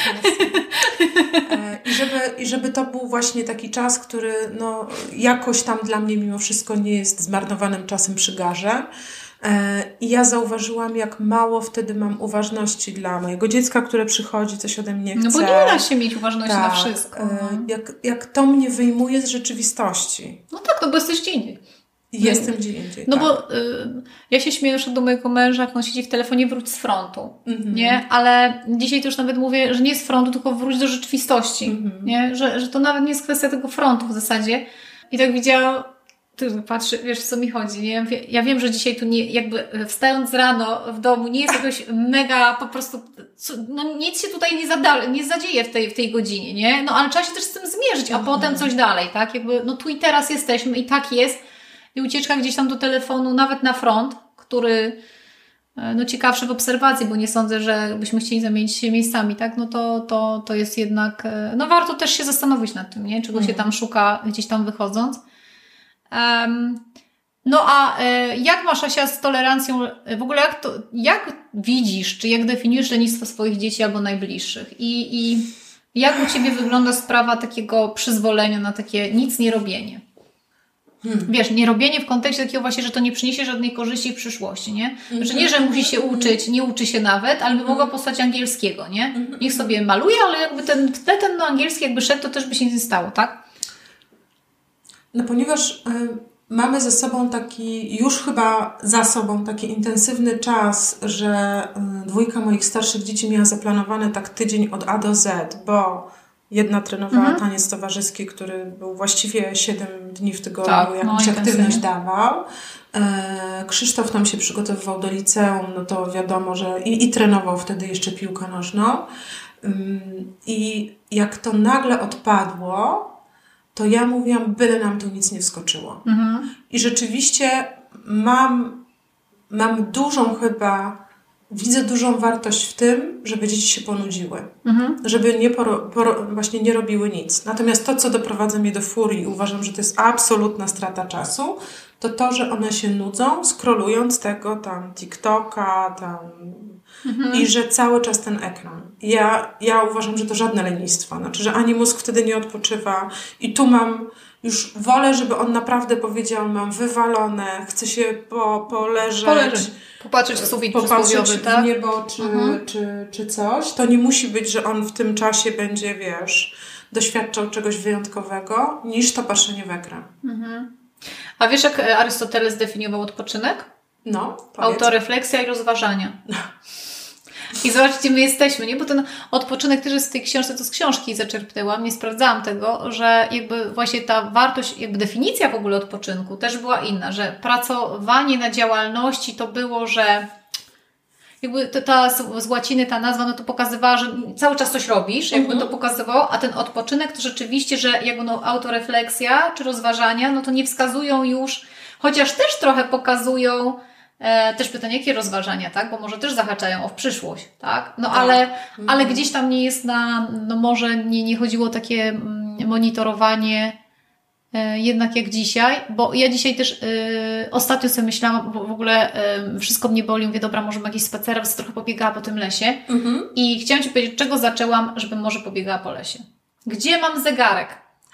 I żeby to był właśnie taki czas, który jakoś tam dla mnie mimo wszystko nie jest zmarnowanym czasem przy garze. I ja zauważyłam, jak mało wtedy mam uważności dla mojego dziecka, które przychodzi, coś ode mnie chce. No bo nie da się mieć uważności na wszystko. Jak to mnie wyjmuje z rzeczywistości. No tak, bo jesteś gdzie indziej. Jestem gdzie indziej. Bo ja się śmieję już do mojego męża, jak on siedzi w telefonie, wróć z frontu. Nie? Ale dzisiaj to już nawet mówię, że nie z frontu, tylko wróć do rzeczywistości. Nie? Że to nawet nie jest kwestia tego frontu w zasadzie. I tak widziałam, ty patrzy, wiesz, co mi chodzi, nie? Ja wiem, że dzisiaj tu nie, jakby wstając rano w domu nie jest jakoś mega po prostu, nic się tutaj nie zadzieje w tej godzinie, nie? Ale trzeba się też z tym zmierzyć, a potem coś dalej, tak? Jakby, tu i teraz jesteśmy i tak jest. I ucieczka gdzieś tam do telefonu, nawet na front, który ciekawszy w obserwacji, bo nie sądzę, że byśmy chcieli zamienić się miejscami, tak? To jest jednak, warto też się zastanowić nad tym, nie? Czego się tam szuka gdzieś tam wychodząc. Jak masz, Asia, z tolerancją, w ogóle jak widzisz, czy jak definiujesz lenistwo swoich dzieci albo najbliższych i jak u Ciebie wygląda sprawa takiego przyzwolenia na takie nic nie robienie? Wiesz, nie robienie w kontekście takiego właśnie, że to nie przyniesie żadnej korzyści w przyszłości, nie? Znaczy nie, że musi się uczyć, nie uczy się nawet, ale by mogła postać angielskiego, nie? Niech sobie maluje, ale jakby ten angielski jakby szedł, to też by się nie stało, tak? Ponieważ mamy za sobą taki intensywny czas, że dwójka moich starszych dzieci miała zaplanowany tak tydzień od A do Z, bo Jedna trenowała taniec towarzyski, który był właściwie 7 dni w tygodniu, jakąś aktywność dawał. Krzysztof tam się przygotowywał do liceum, no to wiadomo, że i trenował wtedy jeszcze piłkę nożną. I jak to nagle odpadło, to ja mówiłam, byle nam tu nic nie wskoczyło. I rzeczywiście mam dużą chyba, widzę dużą wartość w tym, żeby dzieci się ponudziły. Żeby właśnie nie robiły nic. Natomiast to, co doprowadza mnie do furii, uważam, że to jest absolutna strata czasu, to, że one się nudzą, scrollując tego tam TikToka, i że cały czas ten ekran. Ja uważam, że to żadne lenistwo. Znaczy, że ani mózg wtedy nie odpoczywa. I tu już wolę, żeby on naprawdę powiedział, mam wywalone, chcę się poleżeć. Popatrzeć w sufit przysłowiowy, tak? W niebo czy coś. To nie musi być, że on w tym czasie będzie, doświadczał czegoś wyjątkowego, niż to patrzenie w ekran. A wiesz, jak Arystoteles definiował odpoczynek? No, powiedz. Autorefleksja i rozważania. I zobaczcie, gdzie my jesteśmy, nie? Bo ten odpoczynek też jest w tej książce, to z książki zaczerpnęłam, nie sprawdzałam tego, że jakby właśnie ta wartość, jakby definicja w ogóle odpoczynku też była inna, że pracowanie na działalności to było, że jakby ta z łaciny ta nazwa, no to pokazywała, że cały czas coś robisz, jakby to pokazywało, a ten odpoczynek to rzeczywiście, że jakby autorefleksja czy rozważania, no to nie wskazują już, chociaż też trochę pokazują też pytanie, jakie rozważania, tak? Bo może też zahaczają o przyszłość, tak? No ale gdzieś tam nie jest no może nie chodziło o takie monitorowanie jednak jak dzisiaj, bo ja dzisiaj też ostatnio sobie myślałam, bo w ogóle wszystko mnie boli, mówię, dobra, może jakiś spacer, więc trochę pobiegała po tym lesie i chciałam Ci powiedzieć, czego zaczęłam, żebym może pobiegała po lesie. Gdzie mam zegarek?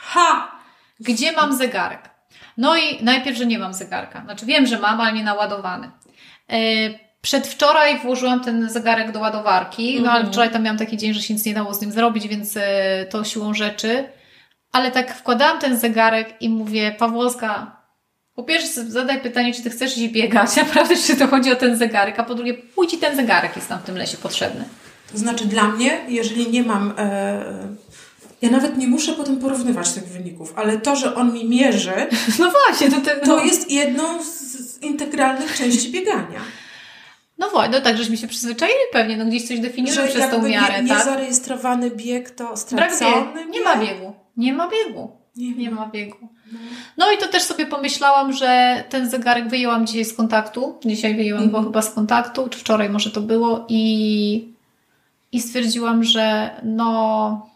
Gdzie mam zegarek? No i najpierw, że nie mam zegarka. Znaczy wiem, że mam, ale nie naładowany. Przedwczoraj włożyłam ten zegarek do ładowarki, no ale wczoraj tam miałam taki dzień, że się nic nie dało z nim zrobić, więc to siłą rzeczy. Ale tak wkładałam ten zegarek i mówię, Pawłowska, po pierwsze zadaj pytanie, czy Ty chcesz iść biegać, naprawdę, czy to chodzi o ten zegarek, a po drugie, pójdź i ten zegarek jest tam w tym lesie potrzebny. To znaczy dla mnie, jeżeli nie mam... Ja nawet nie muszę potem porównywać tych wyników, ale to, że on mi mierzy, no właśnie, to jest jedną z integralnych części biegania. No właśnie, no tak, żeśmy się przyzwyczaili pewnie, no gdzieś coś definiuje przez tą miarę, niezarejestrowany bieg to stracony bieg. Nie ma biegu. Nie ma biegu. No i to też sobie pomyślałam, że ten zegarek wyjęłam dzisiaj z kontaktu. Dzisiaj wyjęłam go chyba z kontaktu, czy wczoraj może to było i stwierdziłam, że no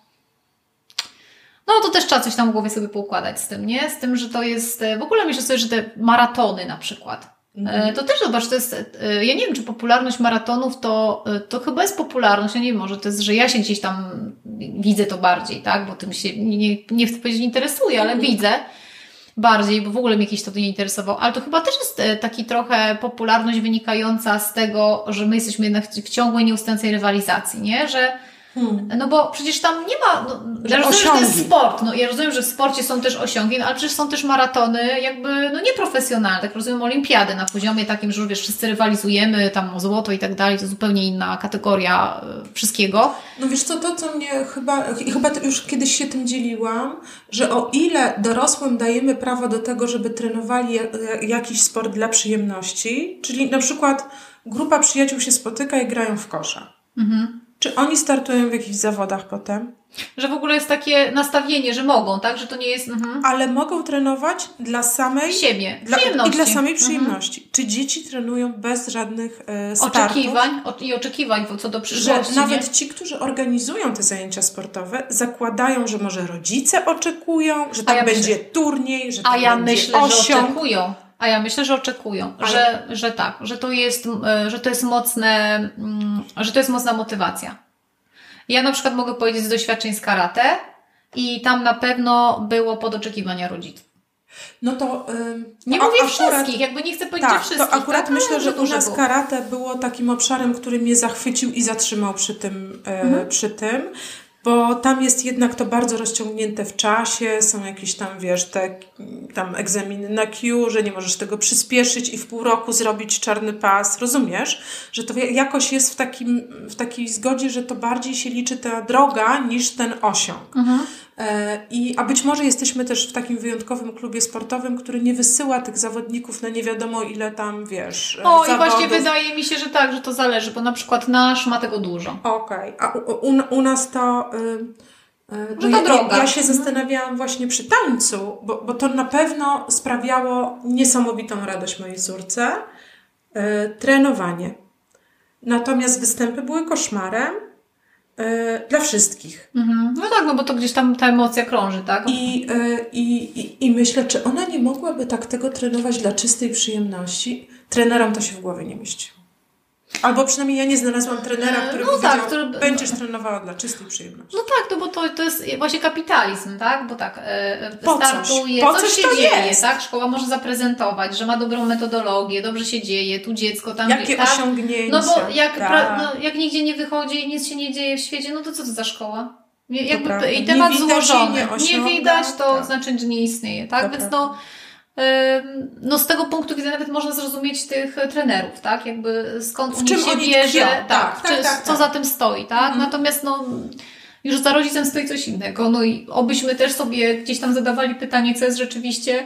to też trzeba coś tam w głowie sobie poukładać z tym, nie? Z tym, że to jest... W ogóle myślę sobie, że te maratony na przykład. To też zobacz, to jest... Ja nie wiem, czy popularność maratonów to chyba jest popularność. Ja nie wiem, może to jest, że ja się gdzieś tam widzę to bardziej, tak? Bo tym się nie chcę powiedzieć interesuje, ale widzę bardziej, bo w ogóle mnie jakiś to nie interesował. Ale to chyba też jest taki trochę popularność wynikająca z tego, że my jesteśmy jednak w ciągłej, nieustającej rywalizacji, nie? Że no bo przecież tam nie ma... ja rozumiem, że to jest sport. No, ja rozumiem, że w sporcie są też osiągi, no, ale przecież są też maratony jakby nieprofesjonalne. Tak rozumiem, olimpiady na poziomie takim, że już wszyscy rywalizujemy tam o złoto i tak dalej. To zupełnie inna kategoria wszystkiego. No wiesz co, to co mnie chyba już kiedyś się tym dzieliłam, że o ile dorosłym dajemy prawo do tego, żeby trenowali jakiś sport dla przyjemności, czyli na przykład grupa przyjaciół się spotyka i grają w kosza. Czy oni startują w jakichś zawodach potem? Że w ogóle jest takie nastawienie, że mogą, tak? Że to nie jest... Ale mogą trenować dla samej... siebie. I dla samej przyjemności. Czy dzieci trenują bez żadnych startów? Oczekiwań co do przyszłości. Że nawet ci, którzy organizują te zajęcia sportowe, zakładają, że może rodzice oczekują, że tam będzie turniej, że tam będzie osiąg. A ja myślę, że oczekują, że tak, że to jest mocna motywacja. Ja na przykład mogę powiedzieć z doświadczeń z karate i tam na pewno było pod oczekiwania rodziców. No to... nie mówię wszystkich, jakby nie chcę powiedzieć wszystkich. To akurat tak? Myślę, że u nas karate było takim obszarem, który mnie zachwycił i zatrzymał przy tym. bo tam jest jednak to bardzo rozciągnięte w czasie, są jakieś tam, wiesz, te tam egzaminy na Q, że nie możesz tego przyspieszyć i w pół roku zrobić czarny pas, rozumiesz? Że to jakoś jest w takiej zgodzie, że to bardziej się liczy ta droga niż ten osiąg. A być może jesteśmy też w takim wyjątkowym klubie sportowym, który nie wysyła tych zawodników na nie wiadomo ile tam, wiesz, zawodów. I właśnie wydaje mi się, że tak, że to zależy, bo na przykład nasz ma tego dużo. Okej. A u nas to... Ja się zastanawiałam właśnie przy tańcu, bo to na pewno sprawiało niesamowitą radość mojej córce. Trenowanie. Natomiast występy były koszmarem. Dla wszystkich. No tak, no bo to gdzieś tam ta emocja krąży, tak? I myślę, czy ona nie mogłaby tak tego trenować dla czystej przyjemności? Trenerom to się w głowie nie mieści. Albo przynajmniej ja nie znalazłam trenera, który powiedział, będziesz trenowała dla czystej przyjemności. No tak, bo to jest właśnie kapitalizm, tak? Bo tak, startuje, coś się dzieje, tak? Szkoła może zaprezentować, że ma dobrą metodologię, dobrze się dzieje, tu dziecko, tam... Jakie osiągnięcia. No bo jak nigdzie nie wychodzi i nic się nie dzieje w świecie, no to co to za szkoła? I temat złożony. Nie widać, to znaczy, że nie istnieje, tak? Więc z tego punktu widzenia nawet można zrozumieć tych trenerów, tak? Jakby skąd u nich się bierze, co za tym stoi, tak? Natomiast już za rodzicem stoi coś innego. No i obyśmy też sobie gdzieś tam zadawali pytanie, co jest rzeczywiście...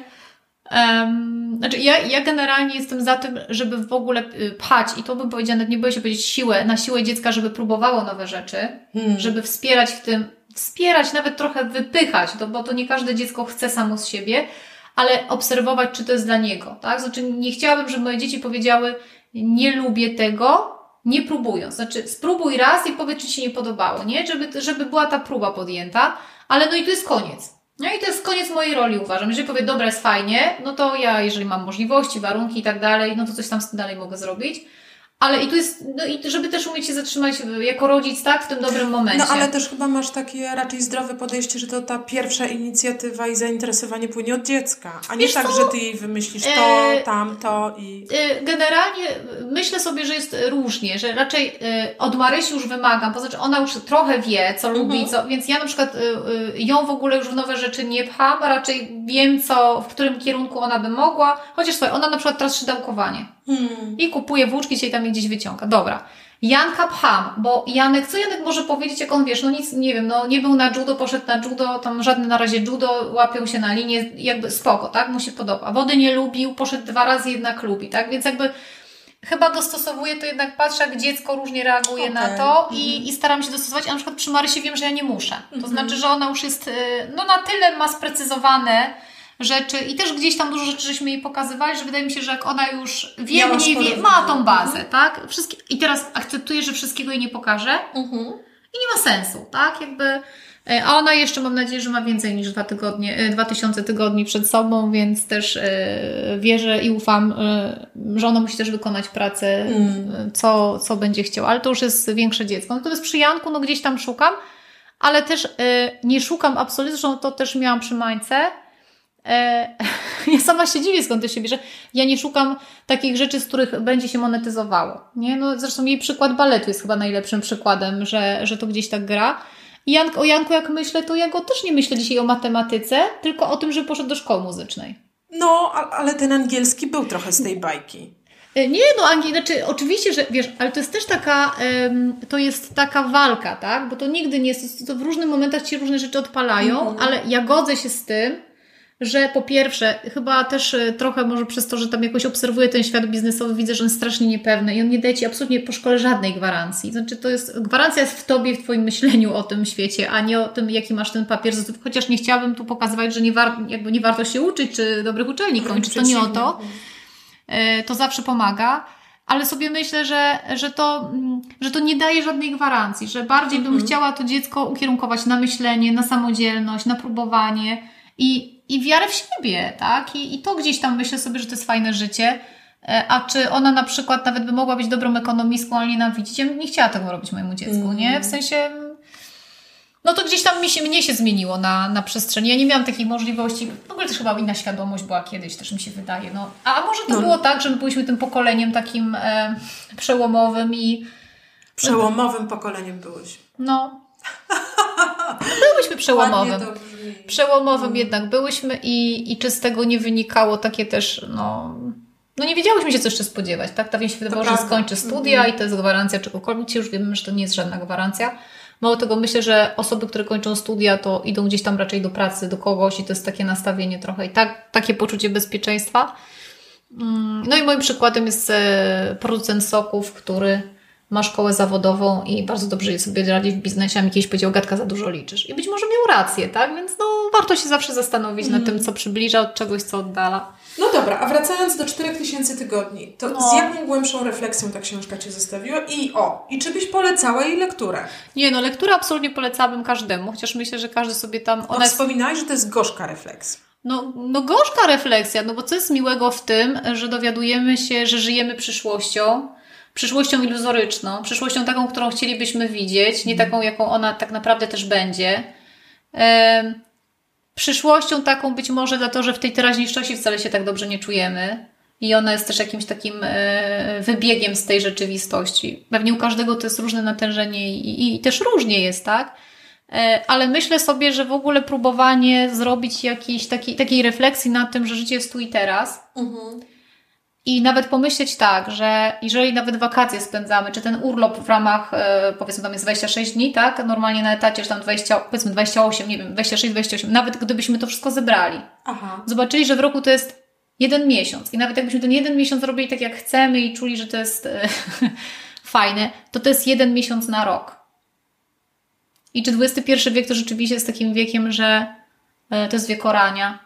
Znaczy ja generalnie jestem za tym, żeby w ogóle pchać, i to bym powiedziała, nawet nie boję się powiedzieć na siłę dziecka, żeby próbowało nowe rzeczy, żeby wspierać w tym, nawet trochę wypychać, bo to nie każde dziecko chce samo z siebie, ale obserwować, czy to jest dla niego, tak? Znaczy nie chciałabym, żeby moje dzieci powiedziały, nie lubię tego, nie próbując. Znaczy spróbuj raz i powiedz, czy Ci się nie podobało, nie? Żeby była ta próba podjęta, ale i to jest koniec. No i to jest koniec mojej roli, uważam. Jeżeli powie, dobra, jest fajnie, no to ja, jeżeli mam możliwości, warunki i tak dalej, no to coś tam z tym dalej mogę zrobić. Ale i tu jest, i żeby też umieć się zatrzymać jako rodzic, tak, w tym dobrym momencie. No ale też chyba masz takie raczej zdrowe podejście, że to ta pierwsza inicjatywa i zainteresowanie płynie od dziecka, a nie tak, że ty jej wymyślisz to, tamto i... Generalnie myślę sobie, że jest różnie, że raczej od Marysi już wymagam, to znaczy ona już trochę wie, co lubi, więc ja na przykład ją w ogóle już w nowe rzeczy nie pcham, a raczej wiem, w którym kierunku ona by mogła, chociaż słuchaj, ona na przykład teraz szydełkowanie. I kupuje włóczki, się tam gdzieś wyciąga. Dobra. Janka pcham, bo co Janek może powiedzieć, jak on, wiesz, no nic, nie wiem, no nie był na judo, poszedł na judo, tam żadne na razie judo, łapią się na linię, jakby spoko, tak, mu się podoba. Wody nie lubił, poszedł 2 razy, jednak lubi, tak, więc jakby chyba dostosowuję to, jednak patrzę, jak dziecko różnie reaguje na to i staram się dostosować, a na przykład przy Marysi wiem, że ja nie muszę. To znaczy, że ona już jest, na tyle ma sprecyzowane rzeczy i też gdzieś tam dużo rzeczy żeśmy jej pokazywali, że wydaje mi się, że jak ona już wie, mniej wie, ma tą bazę, tak? I teraz akceptuje, że wszystkiego jej nie pokaże i nie ma sensu, tak? Jakby, a ona jeszcze, mam nadzieję, że ma więcej niż 2000 tygodni przed sobą, więc też wierzę i ufam, że ona musi też wykonać pracę, co będzie chciała, ale to już jest większe dziecko. Natomiast przy Janku, gdzieś tam szukam, ale też nie szukam absolutnie, zresztą to też miałam przy Mańce. Ja sama się dziwię, skąd to się bierze. Ja nie szukam takich rzeczy, z których będzie się monetyzowało. Nie? Zresztą jej przykład baletu jest chyba najlepszym przykładem, że to gdzieś tak gra. I o Janku jak myślę, to ja go też nie myślę dzisiaj o matematyce, tylko o tym, że poszedł do szkoły muzycznej. No, ale ten angielski był trochę z tej bajki. Nie, znaczy oczywiście, że wiesz, ale to jest też taka walka, tak? Bo to nigdy nie jest, to w różnych momentach ci różne rzeczy odpalają, ale ja godzę się z tym, że po pierwsze, chyba też trochę może przez to, że tam jakoś obserwuję ten świat biznesowy, widzę, że on jest strasznie niepewny i on nie daje Ci absolutnie po szkole żadnej gwarancji. Znaczy gwarancja jest w Tobie, w Twoim myśleniu o tym świecie, a nie o tym, jaki masz ten papier. Chociaż nie chciałabym tu pokazywać, że nie warto się uczyć, czy dobrych uczelni kończyć, to nie o to. To zawsze pomaga. Ale sobie myślę, że to nie daje żadnej gwarancji, że bardziej bym chciała to dziecko ukierunkować na myślenie, na samodzielność, na próbowanie i wiarę w siebie, tak? I to gdzieś tam myślę sobie, że to jest fajne życie. A czy ona na przykład nawet by mogła być dobrą ekonomistką, ale nienawidzić? Ja bym nie chciała tego robić mojemu dziecku, nie? W sensie, to gdzieś tam mnie się zmieniło na przestrzeni. Ja nie miałam takich możliwości. W ogóle też chyba inna świadomość była kiedyś, też mi się wydaje. A może to było tak, że my byliśmy tym pokoleniem takim przełomowym i... Przełomowym pokoleniem byłeś. Byłyśmy przełomowym. Przełomowym jednak byłyśmy i czy z tego nie wynikało takie też, no nie wiedziałyśmy się, co jeszcze spodziewać, tak? Ta się wydawało, że skończy studia i to jest gwarancja czegokolwiek. Dzisiaj już wiemy, że to nie jest żadna gwarancja. Mało tego, myślę, że osoby, które kończą studia, to idą gdzieś tam raczej do pracy, do kogoś i to jest takie nastawienie trochę i takie poczucie bezpieczeństwa. No i moim przykładem jest producent soków, który ma szkołę zawodową i bardzo dobrze sobie radzi w biznesie, a mi kiedyś powiedział, Agatka, za dużo liczysz. I być może miał rację, tak? Więc warto się zawsze zastanowić nad tym, co przybliża od czegoś, co oddala. No dobra, a wracając do 4000 tygodni, to z jaką głębszą refleksją ta książka Cię zostawiła? I czy byś polecała jej lekturę? Nie, lekturę absolutnie polecałabym każdemu, chociaż myślę, że każdy sobie tam... Wspominałeś, że to jest gorzka refleksja. Gorzka refleksja, bo co jest miłego w tym, że dowiadujemy się, że żyjemy przyszłością iluzoryczną, przyszłością taką, którą chcielibyśmy widzieć, nie taką, jaką ona tak naprawdę też będzie. Przyszłością taką być może dlatego, że w tej teraźniejszości wcale się tak dobrze nie czujemy i ona jest też jakimś takim wybiegiem z tej rzeczywistości. Pewnie u każdego to jest różne natężenie i też różnie jest, tak? Ale myślę sobie, że w ogóle próbowanie zrobić jakiejś takiej refleksji nad tym, że życie jest tu i teraz i nawet pomyśleć tak, że jeżeli nawet wakacje spędzamy, czy ten urlop w ramach, powiedzmy tam jest 26 dni, tak? Normalnie na etacie, czy tam 28, nie wiem, 26, 28, nawet gdybyśmy to wszystko zebrali. Zobaczyli, że w roku to jest 1 miesiąc i nawet jakbyśmy ten 1 miesiąc robili tak jak chcemy i czuli, że to jest fajne, to jest 1 miesiąc na rok. I czy XXI wiek to rzeczywiście jest takim wiekiem, że to jest wiek orania?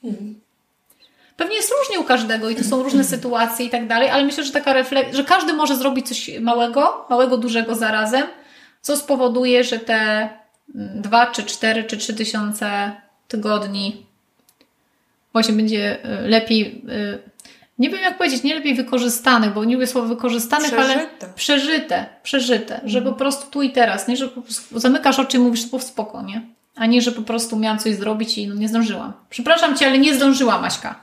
Pewnie jest różnie u każdego i to są różne sytuacje i tak dalej, ale myślę, że taka refleksja, że każdy może zrobić coś małego, dużego zarazem, co spowoduje, że te 2, czy 4, czy 3 tysiące tygodni właśnie będzie lepiej, nie wiem jak powiedzieć, nie lepiej wykorzystanych, bo nie lubię słowa wykorzystanych, ale przeżyte, że po prostu tu i teraz, nie, że po prostu zamykasz oczy i mówisz spoko, nie? A nie, że po prostu miałam coś zrobić i nie zdążyłam. Przepraszam Cię, ale nie zdążyłam, Maśka.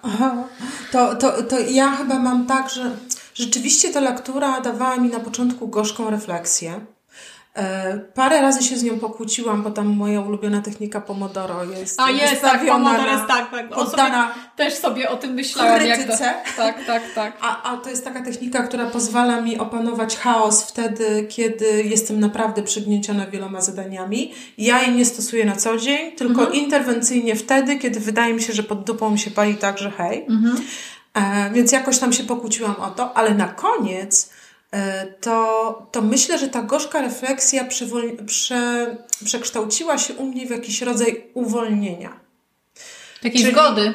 To ja chyba mam tak, że rzeczywiście ta lektura dawała mi na początku gorzką refleksję. Parę razy się z nią pokłóciłam, bo tam moja ulubiona technika Pomodoro jest Pomodoro jest poddana też sobie o tym myślałam. Krytyce. Tak. A to jest taka technika, która pozwala mi opanować chaos wtedy, kiedy jestem naprawdę przygnieciona wieloma zadaniami. Ja jej nie stosuję na co dzień, tylko interwencyjnie wtedy, kiedy wydaje mi się, że pod dupą mi się pali tak, że hej. Więc jakoś tam się pokłóciłam o to, ale na koniec to myślę, że ta gorzka refleksja przekształciła się u mnie w jakiś rodzaj uwolnienia. Takiej zgody.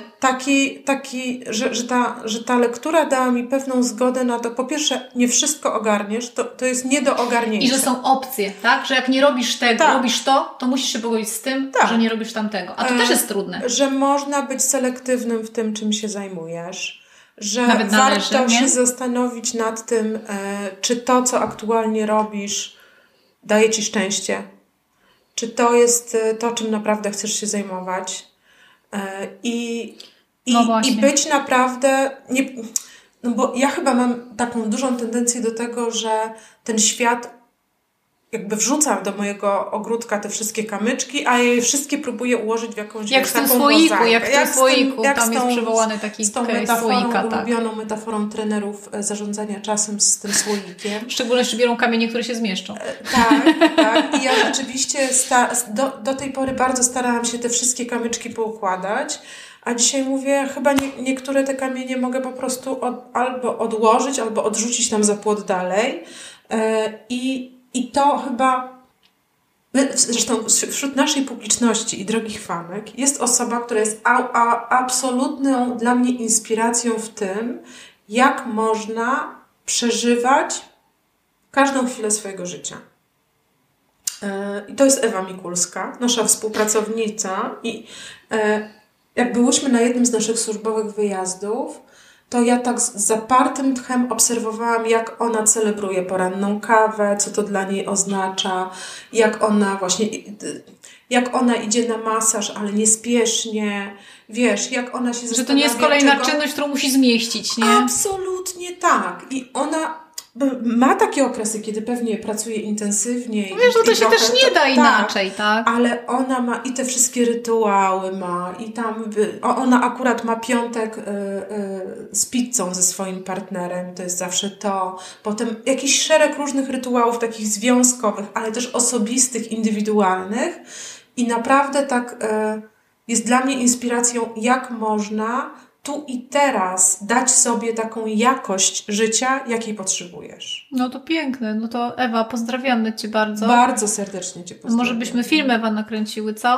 Że ta lektura dała mi pewną zgodę na to, po pierwsze, nie wszystko ogarniesz, to jest nie do ogarnięcia. I że są opcje, tak? Że jak nie robisz tego, robisz to musisz się pogodzić z tym, że nie robisz tamtego. A to też jest trudne. Że można być selektywnym w tym, czym się zajmujesz. Że warto się zastanowić nad tym, czy to, co aktualnie robisz, daje Ci szczęście. Czy to jest to, czym naprawdę chcesz się zajmować. I być naprawdę... bo ja chyba mam taką dużą tendencję do tego, że ten świat jakby wrzucam do mojego ogródka te wszystkie kamyczki, a je wszystkie próbuję ułożyć w jakąś taką mozaikę. Jak w tym słoiku, tam jest przywołany taki z tą metaforą, ulubioną metaforą trenerów zarządzania czasem z tym słoikiem. W szczególności biorą kamienie, które się zmieszczą. Tak. I ja rzeczywiście do tej pory bardzo starałam się te wszystkie kamyczki poukładać, a dzisiaj mówię, chyba niektóre te kamienie mogę po prostu albo odłożyć, albo odrzucić tam za płot dalej. I to chyba, zresztą wśród naszej publiczności i drogich fanek jest osoba, która jest absolutną dla mnie inspiracją w tym, jak można przeżywać każdą chwilę swojego życia. I to jest Ewa Mikulska, nasza współpracownica. I jak byłyśmy na jednym z naszych służbowych wyjazdów, to ja tak z zapartym tchem obserwowałam, jak ona celebruje poranną kawę, co to dla niej oznacza, jak ona idzie na masaż, ale niespiesznie, wiesz, jak ona się zastanawia... Że to nie jest kolejna czynność, którą musi zmieścić, nie? Absolutnie tak. I ona ma takie okresy, kiedy pewnie pracuje intensywnie. Wiesz, no to się też nie da inaczej, tak? Ale ona ma i te wszystkie rytuały i tam ona akurat ma piątek z pizzą ze swoim partnerem, to jest zawsze to. Potem jakiś szereg różnych rytuałów takich związkowych, ale też osobistych, indywidualnych i naprawdę tak jest dla mnie inspiracją, jak można tu i teraz dać sobie taką jakość życia, jakiej potrzebujesz. No to piękne. No to Ewa, pozdrawiamy Cię bardzo. Bardzo serdecznie Cię pozdrawiam. Może byśmy film Ewa nakręciły, co?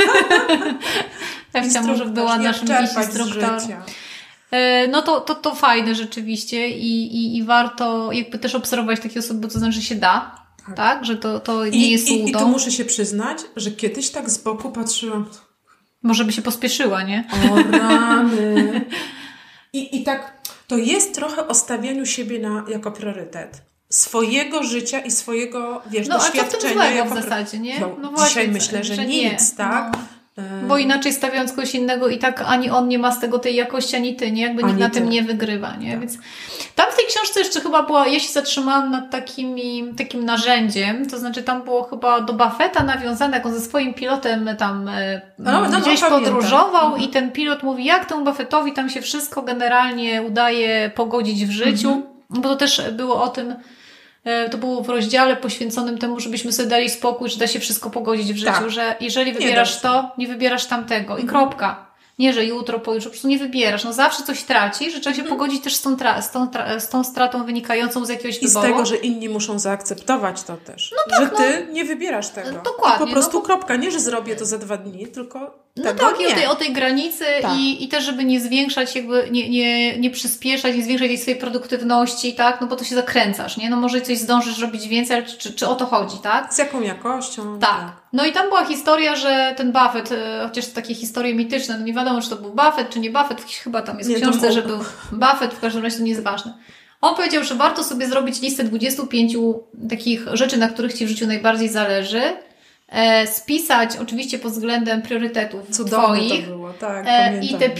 Ewcia może była naszym instruktorem. No to fajne rzeczywiście i warto jakby też obserwować takie osoby, bo to znaczy, że się da. Tak? Że to nie jest łudą. I to muszę się przyznać, że kiedyś tak z boku patrzyłam... Może by się pospieszyła, nie? O rany. I tak to jest trochę o stawianiu siebie jako priorytet. Swojego życia i swojego, doświadczenia. No a co w tym złego w zasadzie, nie? No właśnie, dzisiaj myślę, że nic, tak? No. Bo inaczej stawiając kogoś innego i tak ani on nie ma z tego tej jakości, ani ty, nie? Jakby nikt na tym nie wygrywa, nie? Tak. Więc tam w tej książce jeszcze chyba była, ja się zatrzymałam nad takim narzędziem, to znaczy tam było chyba do Buffetta nawiązane, jak on ze swoim pilotem tam gdzieś podróżował i ten pilot mówi, jak temu Buffettowi tam się wszystko generalnie udaje pogodzić w życiu, bo to też było o tym, to było w rozdziale poświęconym temu, żebyśmy sobie dali spokój, że da się wszystko pogodzić w życiu, że jeżeli wybierasz to, nie wybierasz tamtego i kropka. Nie, że jutro, pojutrze, po prostu nie wybierasz. No zawsze coś tracisz, że trzeba się pogodzić też z tą stratą wynikającą z jakiegoś wyboru. I z tego, że inni muszą zaakceptować to też. No tak, że ty nie wybierasz tego. Dokładnie. I po prostu kropka. Nie, że zrobię to za 2 dni, tylko i o tej granicy i też, żeby nie zwiększać jakby, nie przyspieszać, nie zwiększać tej swojej produktywności, tak? No bo to się zakręcasz, nie? No może coś zdążysz robić więcej, ale czy o to chodzi, tak? Z jaką jakością? Tak. No i tam była historia, że ten Buffett, chociaż to takie historie mityczne, no nie wiadomo, czy to był Buffett, czy nie Buffett, chyba tam jest w książce, że był Buffett, w każdym razie to nie jest ważne. On powiedział, że warto sobie zrobić listę 25 takich rzeczy, na których Ci w życiu najbardziej zależy, spisać oczywiście pod względem priorytetów Twoich. To było, tak, i te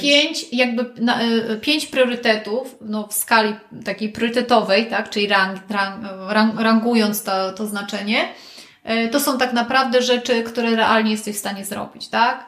5 priorytetów, no w skali takiej priorytetowej, tak, czyli rangując to znaczenie, to są tak naprawdę rzeczy, które realnie jesteś w stanie zrobić, tak?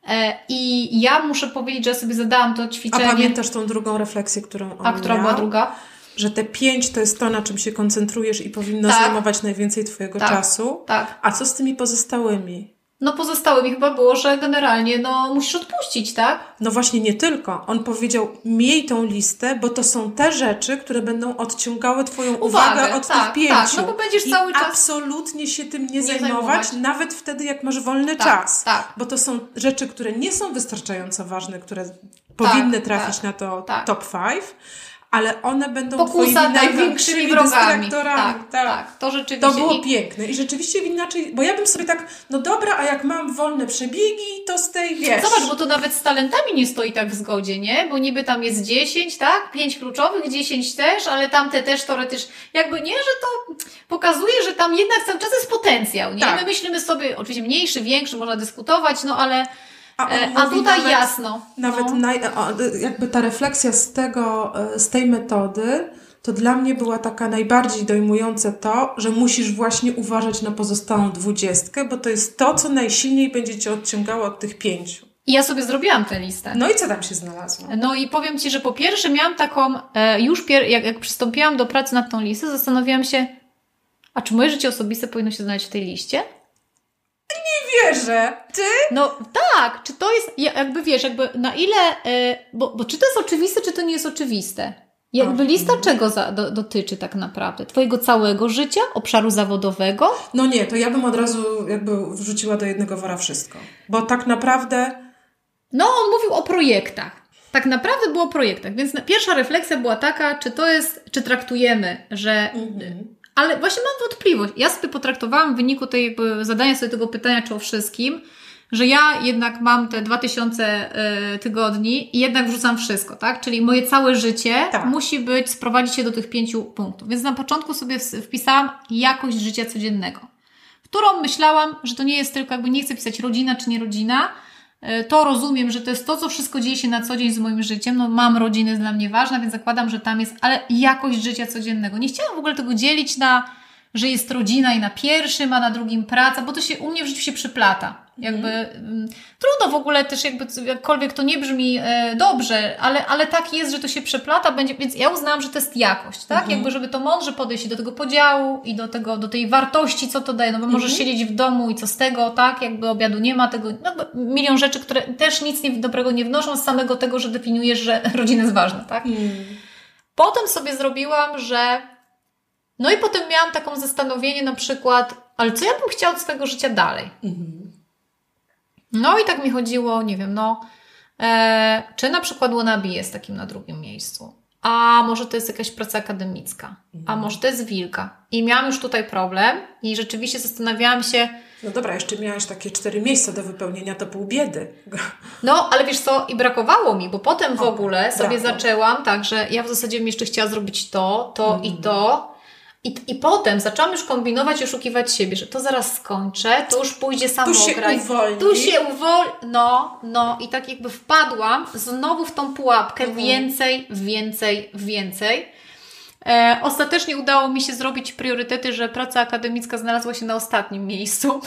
I ja muszę powiedzieć, że sobie zadałam to ćwiczenie. A pamiętasz tą drugą refleksję, którą on miał? A która była druga? Że te 5 to jest to, na czym się koncentrujesz i powinno zajmować najwięcej Twojego czasu. Tak. A co z tymi pozostałymi? No pozostałymi chyba było, że generalnie musisz odpuścić, tak? No właśnie nie tylko. On powiedział, miej tą listę, bo to są te rzeczy, które będą odciągały Twoją uwagę od tych 5. Tak, no bo będziesz cały czas... absolutnie się tym nie zajmować, nawet wtedy, jak masz wolny czas. Tak. Bo to są rzeczy, które nie są wystarczająco ważne, które powinny trafić na to top 5. Ale one będą Twoimi największymi wrogami. Tak, to rzeczywiście. To było piękne. I rzeczywiście inaczej, bo ja bym sobie tak, no dobra, a jak mam wolne przebiegi, to z tej, wiesz... Zobacz, bo to nawet z talentami nie stoi tak w zgodzie, nie? Bo niby tam jest 10, tak? 5 kluczowych, 10 też, ale tamte też teoretycznie, jakby nie, że to pokazuje, że tam jednak cały czas jest potencjał, nie? My myślimy sobie, oczywiście mniejszy, większy, można dyskutować, no ale... A tutaj jasno. Nawet jakby ta refleksja z tej metody, to dla mnie była taka najbardziej dojmujące to, że musisz właśnie uważać na pozostałą 20, bo to jest to, co najsilniej będzie Cię odciągało od tych 5. I ja sobie zrobiłam tę listę. No i co tam się znalazło? No i powiem Ci, że po pierwsze miałam taką, jak przystąpiłam do pracy nad tą listę, zastanawiałam się, a czy moje życie osobiste powinno się znaleźć w tej liście? Nie wierzę. Ty? No tak, czy to jest, jakby wiesz, jakby na ile, bo czy to jest oczywiste, czy to nie jest oczywiste? Jakby lista czego dotyczy tak naprawdę? Twojego całego życia? Obszaru zawodowego? No nie, to ja bym od razu jakby wrzuciła do jednego wora wszystko. Bo tak naprawdę... No on mówił o projektach. Tak naprawdę było o projektach, więc pierwsza refleksja była taka, czy traktujemy, że... Ale właśnie mam wątpliwość. Ja sobie potraktowałam w wyniku tej zadania sobie tego pytania, czy o wszystkim, że ja jednak mam te 2000 tygodni i jednak wrzucam wszystko, tak? Czyli moje całe życie musi sprowadzić się do tych 5 punktów. Więc na początku sobie wpisałam jakość życia codziennego, którą myślałam, że to nie jest tylko, jakby nie chcę pisać rodzina czy nie rodzina, to rozumiem, że to jest to, co wszystko dzieje się na co dzień z moim życiem. No mam rodzinę, jest dla mnie ważna, więc zakładam, że tam jest, ale jakość życia codziennego. Nie chciałam w ogóle tego dzielić na, że jest rodzina i na pierwszym, a na drugim praca, bo to się u mnie w życiu się przyplata. Jakby trudno w ogóle też jakkolwiek to nie brzmi dobrze, ale tak jest, że to się przeplata, więc ja uznałam, że to jest jakość, tak? Jakby żeby to mądrze podejść do tego podziału i do tej wartości, co to daje, no bo możesz siedzieć w domu i co z tego, tak? Jakby obiadu nie ma, tego, no milion rzeczy, które też nic dobrego nie wnoszą z samego tego, że definiujesz, że rodzina jest ważna, tak? Potem sobie zrobiłam, że no i potem miałam taką zastanowienie na przykład, ale co ja bym chciała od swojego życia dalej? No i tak mi chodziło, nie wiem, czy na przykład wannabe jest takim na drugim miejscu, a może to jest jakaś praca akademicka, a może to jest wilka. I miałam już tutaj problem i rzeczywiście zastanawiałam się... No dobra, jeszcze miałaś takie 4 miejsca do wypełnienia, to pół biedy. No, ale wiesz co, i brakowało mi, bo potem w ogóle sobie zaczęłam, tak, że ja w zasadzie bym jeszcze chciała zrobić to i to. I potem zaczęłam już kombinować i oszukiwać siebie, że to zaraz skończę, to już pójdzie samograj. Tu się uwolni. No. I tak jakby wpadłam znowu w tą pułapkę. Więcej. Ostatecznie udało mi się zrobić priorytety, że praca akademicka znalazła się na ostatnim miejscu.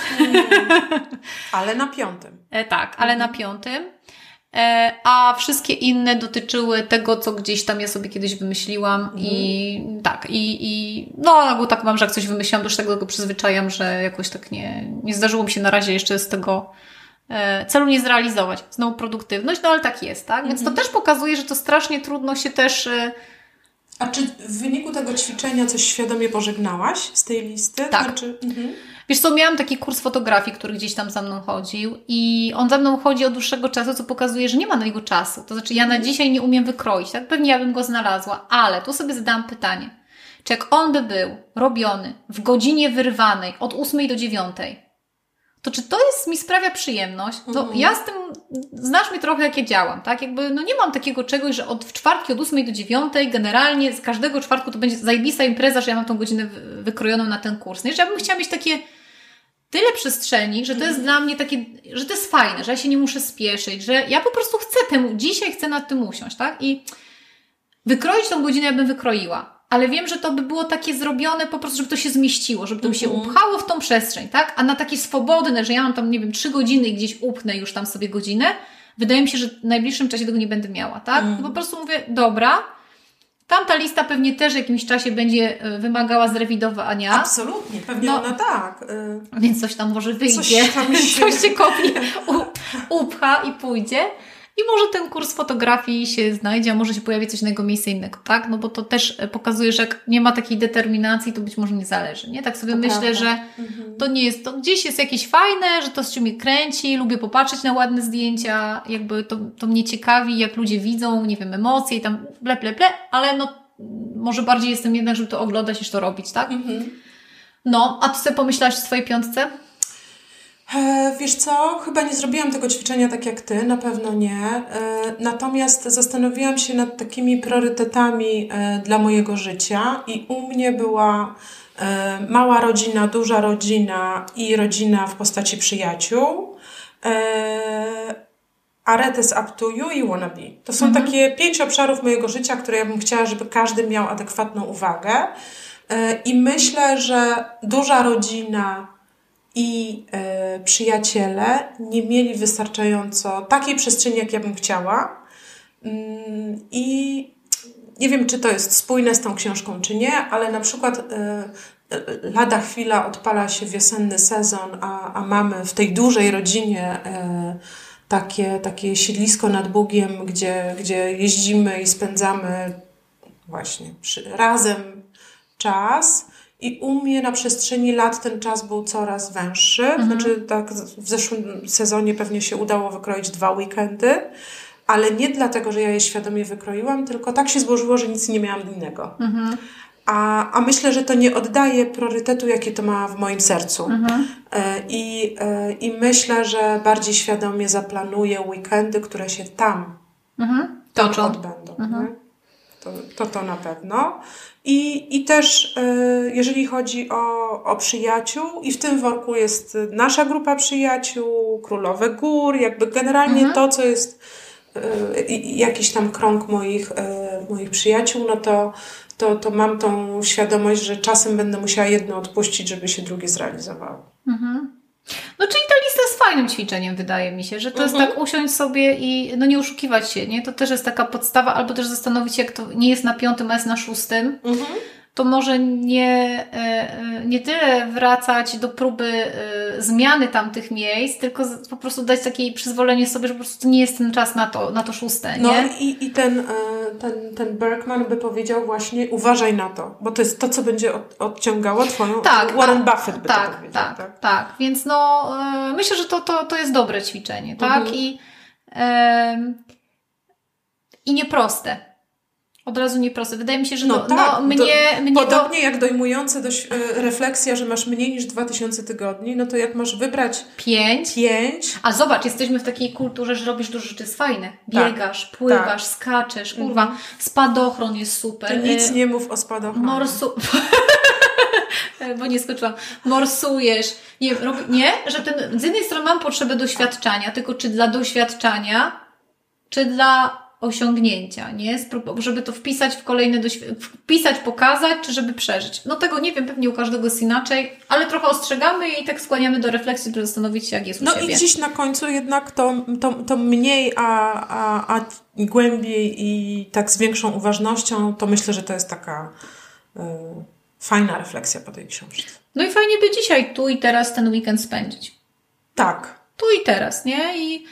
Ale na 5. Tak, ale na 5. A wszystkie inne dotyczyły tego, co gdzieś tam ja sobie kiedyś wymyśliłam i bo tak mam, że jak coś wymyśliłam, to już tego przyzwyczajam, że jakoś tak nie zdarzyło mi się na razie jeszcze z tego celu nie zrealizować. Znowu produktywność, no ale tak jest, tak? Więc to też pokazuje, że to strasznie trudno się też... A czy w wyniku tego ćwiczenia coś świadomie pożegnałaś z tej listy? Tak. Znaczy... Wiesz co, miałam taki kurs fotografii, który gdzieś tam za mną chodził i on za mną chodzi od dłuższego czasu, co pokazuje, że nie ma na niego czasu. To znaczy ja na dzisiaj nie umiem wykroić, tak? Pewnie ja bym go znalazła, ale tu sobie zadałam pytanie, czy jak on by był robiony w godzinie wyrwanej od 8 do 9, to czy to mi sprawia przyjemność? To ja z tym, znasz mnie trochę, jak ja działam, tak? Jakby, nie mam takiego czegoś, że w czwartki od 8 do 9 generalnie z każdego czwartku to będzie zajebista impreza, że ja mam tą godzinę wykrojoną na ten kurs. No i że ja bym chciała mieć tyle przestrzeni, że to jest dla mnie takie, że to jest fajne, że ja się nie muszę spieszyć, że ja po prostu dzisiaj chcę nad tym usiąść, tak? I wykroić tą godzinę ja bym wykroiła. Ale wiem, że to by było takie zrobione po prostu, żeby to się zmieściło, żeby to mi się upchało w tą przestrzeń, tak? A na takie swobodne, że ja mam tam, 3 godziny i gdzieś upnę już tam sobie godzinę, wydaje mi się, że w najbliższym czasie tego nie będę miała, tak? I po prostu mówię, dobra, tamta lista pewnie też w jakimś czasie będzie wymagała zrewidowania. Absolutnie, pewnie ona tak. Więc coś tam może wyjdzie, coś się kopnie, upcha i pójdzie. I może ten kurs fotografii się znajdzie, a może się pojawi coś na jego miejsce innego, tak? No bo to też pokazuje, że jak nie ma takiej determinacji, to być może nie zależy, nie? Tak sobie myślę, że to nie jest, to gdzieś jest jakieś fajne, że to się mnie kręci, lubię popatrzeć na ładne zdjęcia, jakby to mnie ciekawi, jak ludzie widzą, nie wiem, emocje i tam ble, ale może bardziej jestem jednak, żeby to oglądać niż to robić, tak? No, a ty sobie pomyślałaś o swojej 5? Wiesz co, chyba nie zrobiłam tego ćwiczenia tak jak ty, na pewno nie. Natomiast zastanowiłam się nad takimi priorytetami dla mojego życia i u mnie była mała rodzina, duża rodzina i rodzina w postaci przyjaciół. Aretes Up To You i Wannabe. To są takie 5 obszarów mojego życia, które ja bym chciała, żeby każdy miał adekwatną uwagę. I myślę, że duża rodzina i przyjaciele nie mieli wystarczająco takiej przestrzeni, jak ja bym chciała. I nie wiem, czy to jest spójne z tą książką, czy nie, ale na przykład lada chwila odpala się wiosenny sezon, a mamy w tej dużej rodzinie takie siedlisko nad Bugiem, gdzie jeździmy i spędzamy właśnie razem czas. I u mnie na przestrzeni lat ten czas był coraz węższy. Znaczy tak w zeszłym sezonie pewnie się udało wykroić 2 weekendy, ale nie dlatego, że ja je świadomie wykroiłam, tylko tak się złożyło, że nic nie miałam innego. A myślę, że to nie oddaje priorytetu, jakie to ma w moim sercu. I myślę, że bardziej świadomie zaplanuję weekendy, które się tam odbędą. To na pewno. I też jeżeli chodzi o przyjaciół, i w tym worku jest nasza grupa przyjaciół, Królowe Gór, jakby generalnie to, co jest jakiś tam krąg moich przyjaciół, no to mam tą świadomość, że czasem będę musiała jedno odpuścić, żeby się drugie zrealizowało. No czyli ta lista jest fajnym ćwiczeniem, wydaje mi się, że to jest tak usiąść sobie i nie oszukiwać się, nie? To też jest taka podstawa, albo też zastanowić się, jak to nie jest na 5., a jest na 6, to może nie tyle wracać do próby zmiany tamtych miejsc, tylko po prostu dać takie przyzwolenie sobie, że po prostu nie jest ten czas na to 6, nie? No i ten Berkman by powiedział właśnie, uważaj na to, bo to jest to, co będzie odciągało twoją... Warren Buffett by to powiedział. Tak. Więc myślę, że to jest dobre ćwiczenie, tak? I nieproste. Od razu nieproste. Wydaje mi się, że mnie podobnie jak dojmujące refleksja, że masz mniej niż 2000 tygodni, no to jak masz wybrać 5. A zobacz, jesteśmy w takiej kulturze, że robisz dużo rzeczy, jest fajne. Biegasz, pływasz, skaczesz, kurwa, spadochron jest super. Ty nic nie mów o spadochronie. Bo nie skoczyłam. Morsujesz. Że z jednej strony mam potrzebę doświadczania, tylko czy dla doświadczania, czy dla osiągnięcia, nie? Żeby to wpisać w kolejne pokazać, czy żeby przeżyć. No tego nie wiem, pewnie u każdego jest inaczej, ale trochę ostrzegamy i tak skłaniamy do refleksji, żeby zastanowić się, jak jest u siebie. No i gdzieś na końcu jednak to mniej, a głębiej i tak z większą uważnością, to myślę, że to jest taka fajna refleksja po tej książce. No i fajnie by dzisiaj, tu i teraz ten weekend spędzić. Tak. Tu i teraz, nie? I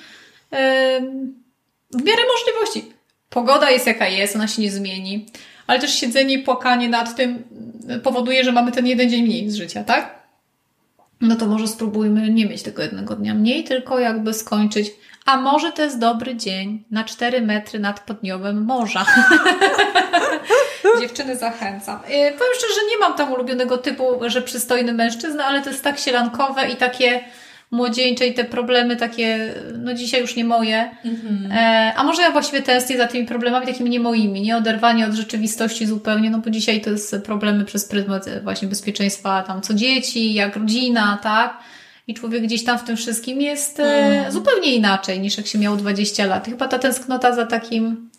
w miarę możliwości. Pogoda jest jaka jest, ona się nie zmieni, ale też siedzenie i płakanie nad tym powoduje, że mamy ten jeden dzień mniej z życia, tak? No to może spróbujmy nie mieć tego jednego dnia mniej, tylko jakby skończyć. A może to jest dobry dzień na 4 metry nad podniobem morza. Dziewczyny, zachęcam. Powiem szczerze, że nie mam tam ulubionego typu, że przystojny mężczyzna, ale to jest tak sielankowe i takie młodzieńcze i te problemy takie, no dzisiaj już nie moje. A może ja właściwie tęsknię za tymi problemami takimi nie moimi, nie? Oderwanie od rzeczywistości zupełnie, no bo dzisiaj to jest problemy przez pryzmat właśnie bezpieczeństwa tam co dzieci, jak rodzina, tak? I człowiek gdzieś tam w tym wszystkim jest zupełnie inaczej niż jak się miało 20 lat. Chyba ta tęsknota za takim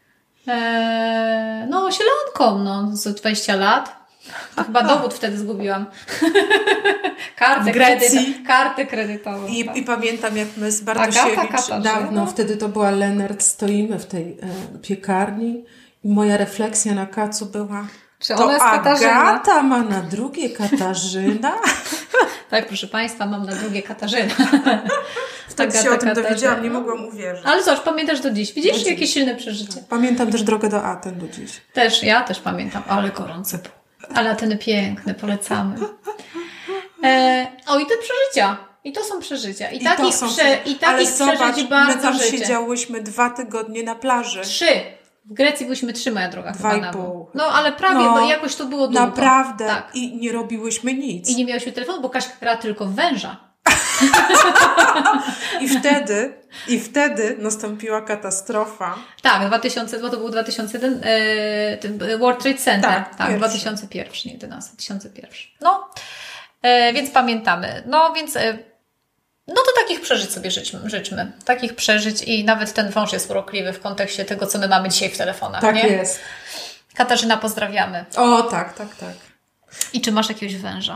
sielanką, z 20 lat. To chyba dowód wtedy zgubiłam. Kartę kredytową. I pamiętam, jak my z Bartosiewicz dawno, wtedy to była Lennart, stoimy w tej piekarni i moja refleksja na kacu była, czy ona jest Katarzyna? Agata ma na drugie Katarzyna? Tak, proszę Państwa, mam na drugie Katarzyna. Wtedy się o tym dowiedziałam, nie mogłam uwierzyć. Ale zobacz, pamiętasz do dziś. Widzisz, jakie silne przeżycie. Pamiętam też drogę do Aten do dziś. Ja też pamiętam, ale gorące. Ale Ateny piękne, polecamy. I te przeżycia. I to są przeżycia. I takich przeżyć bardzo my tam siedziałyśmy 2 tygodnie na plaży. 3. W Grecji byliśmy 3, moja droga. 2,5. No, ale prawie, jakoś to było długo. Naprawdę. Tak. I nie robiłyśmy nic. I nie miałyśmy telefonu, bo Kaśka grała tylko w węża. I wtedy nastąpiła katastrofa. Tak, 2002 to był 2001 World Trade Center. Tak, 2001, nie 11, 2001. No, więc pamiętamy. No, więc to takich przeżyć sobie życzmy. Takich przeżyć i nawet ten wąż jest urokliwy w kontekście tego, co my mamy dzisiaj w telefonach. Tak, nie? Jest. Katarzyna, pozdrawiamy. O, tak. I czy masz jakiegoś węża?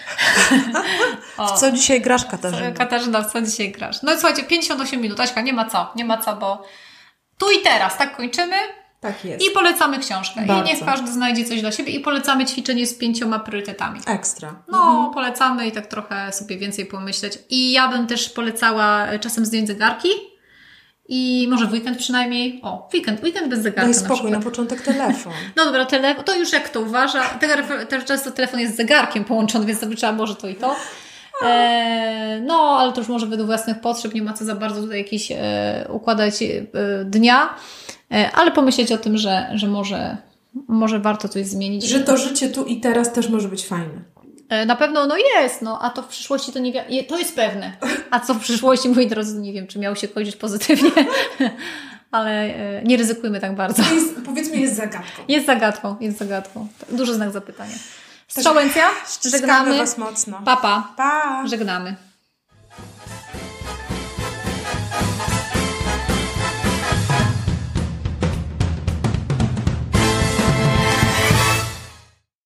W co dzisiaj grasz, Katarzyna? Katarzyna, w co dzisiaj grasz? No słuchajcie, 58 minut, Aśka, nie ma co, bo tu i teraz, tak kończymy. Tak jest. I polecamy książkę. Bardzo. I niech każdy znajdzie coś dla siebie i polecamy ćwiczenie z 5 priorytetami. Ekstra. Polecamy i tak trochę sobie więcej pomyśleć. I ja bym też polecała czasem zdjąć zegarki. I może w weekend przynajmniej. Weekend bez zegarka. Daj spokój, na początek telefon. No dobra, telefon, to już jak kto uważa. Też często telefon jest z zegarkiem połączony, więc to trzeba może to i to. Ale to już może według własnych potrzeb, nie ma co za bardzo tutaj jakiś układać dnia, ale pomyśleć o tym, że może warto coś zmienić. Że to życie tu i teraz też może być fajne. Na pewno jest, a to w przyszłości to to jest pewne. A co w przyszłości, moi drodzy, nie wiem, czy miało się kończyć pozytywnie. ale nie ryzykujmy tak bardzo. Powiedzmy, jest zagadką. Jest zagadką. Duży znak zapytania. Strzałęcja, żegnamy. Was mocno. Pa. Pa. Żegnamy.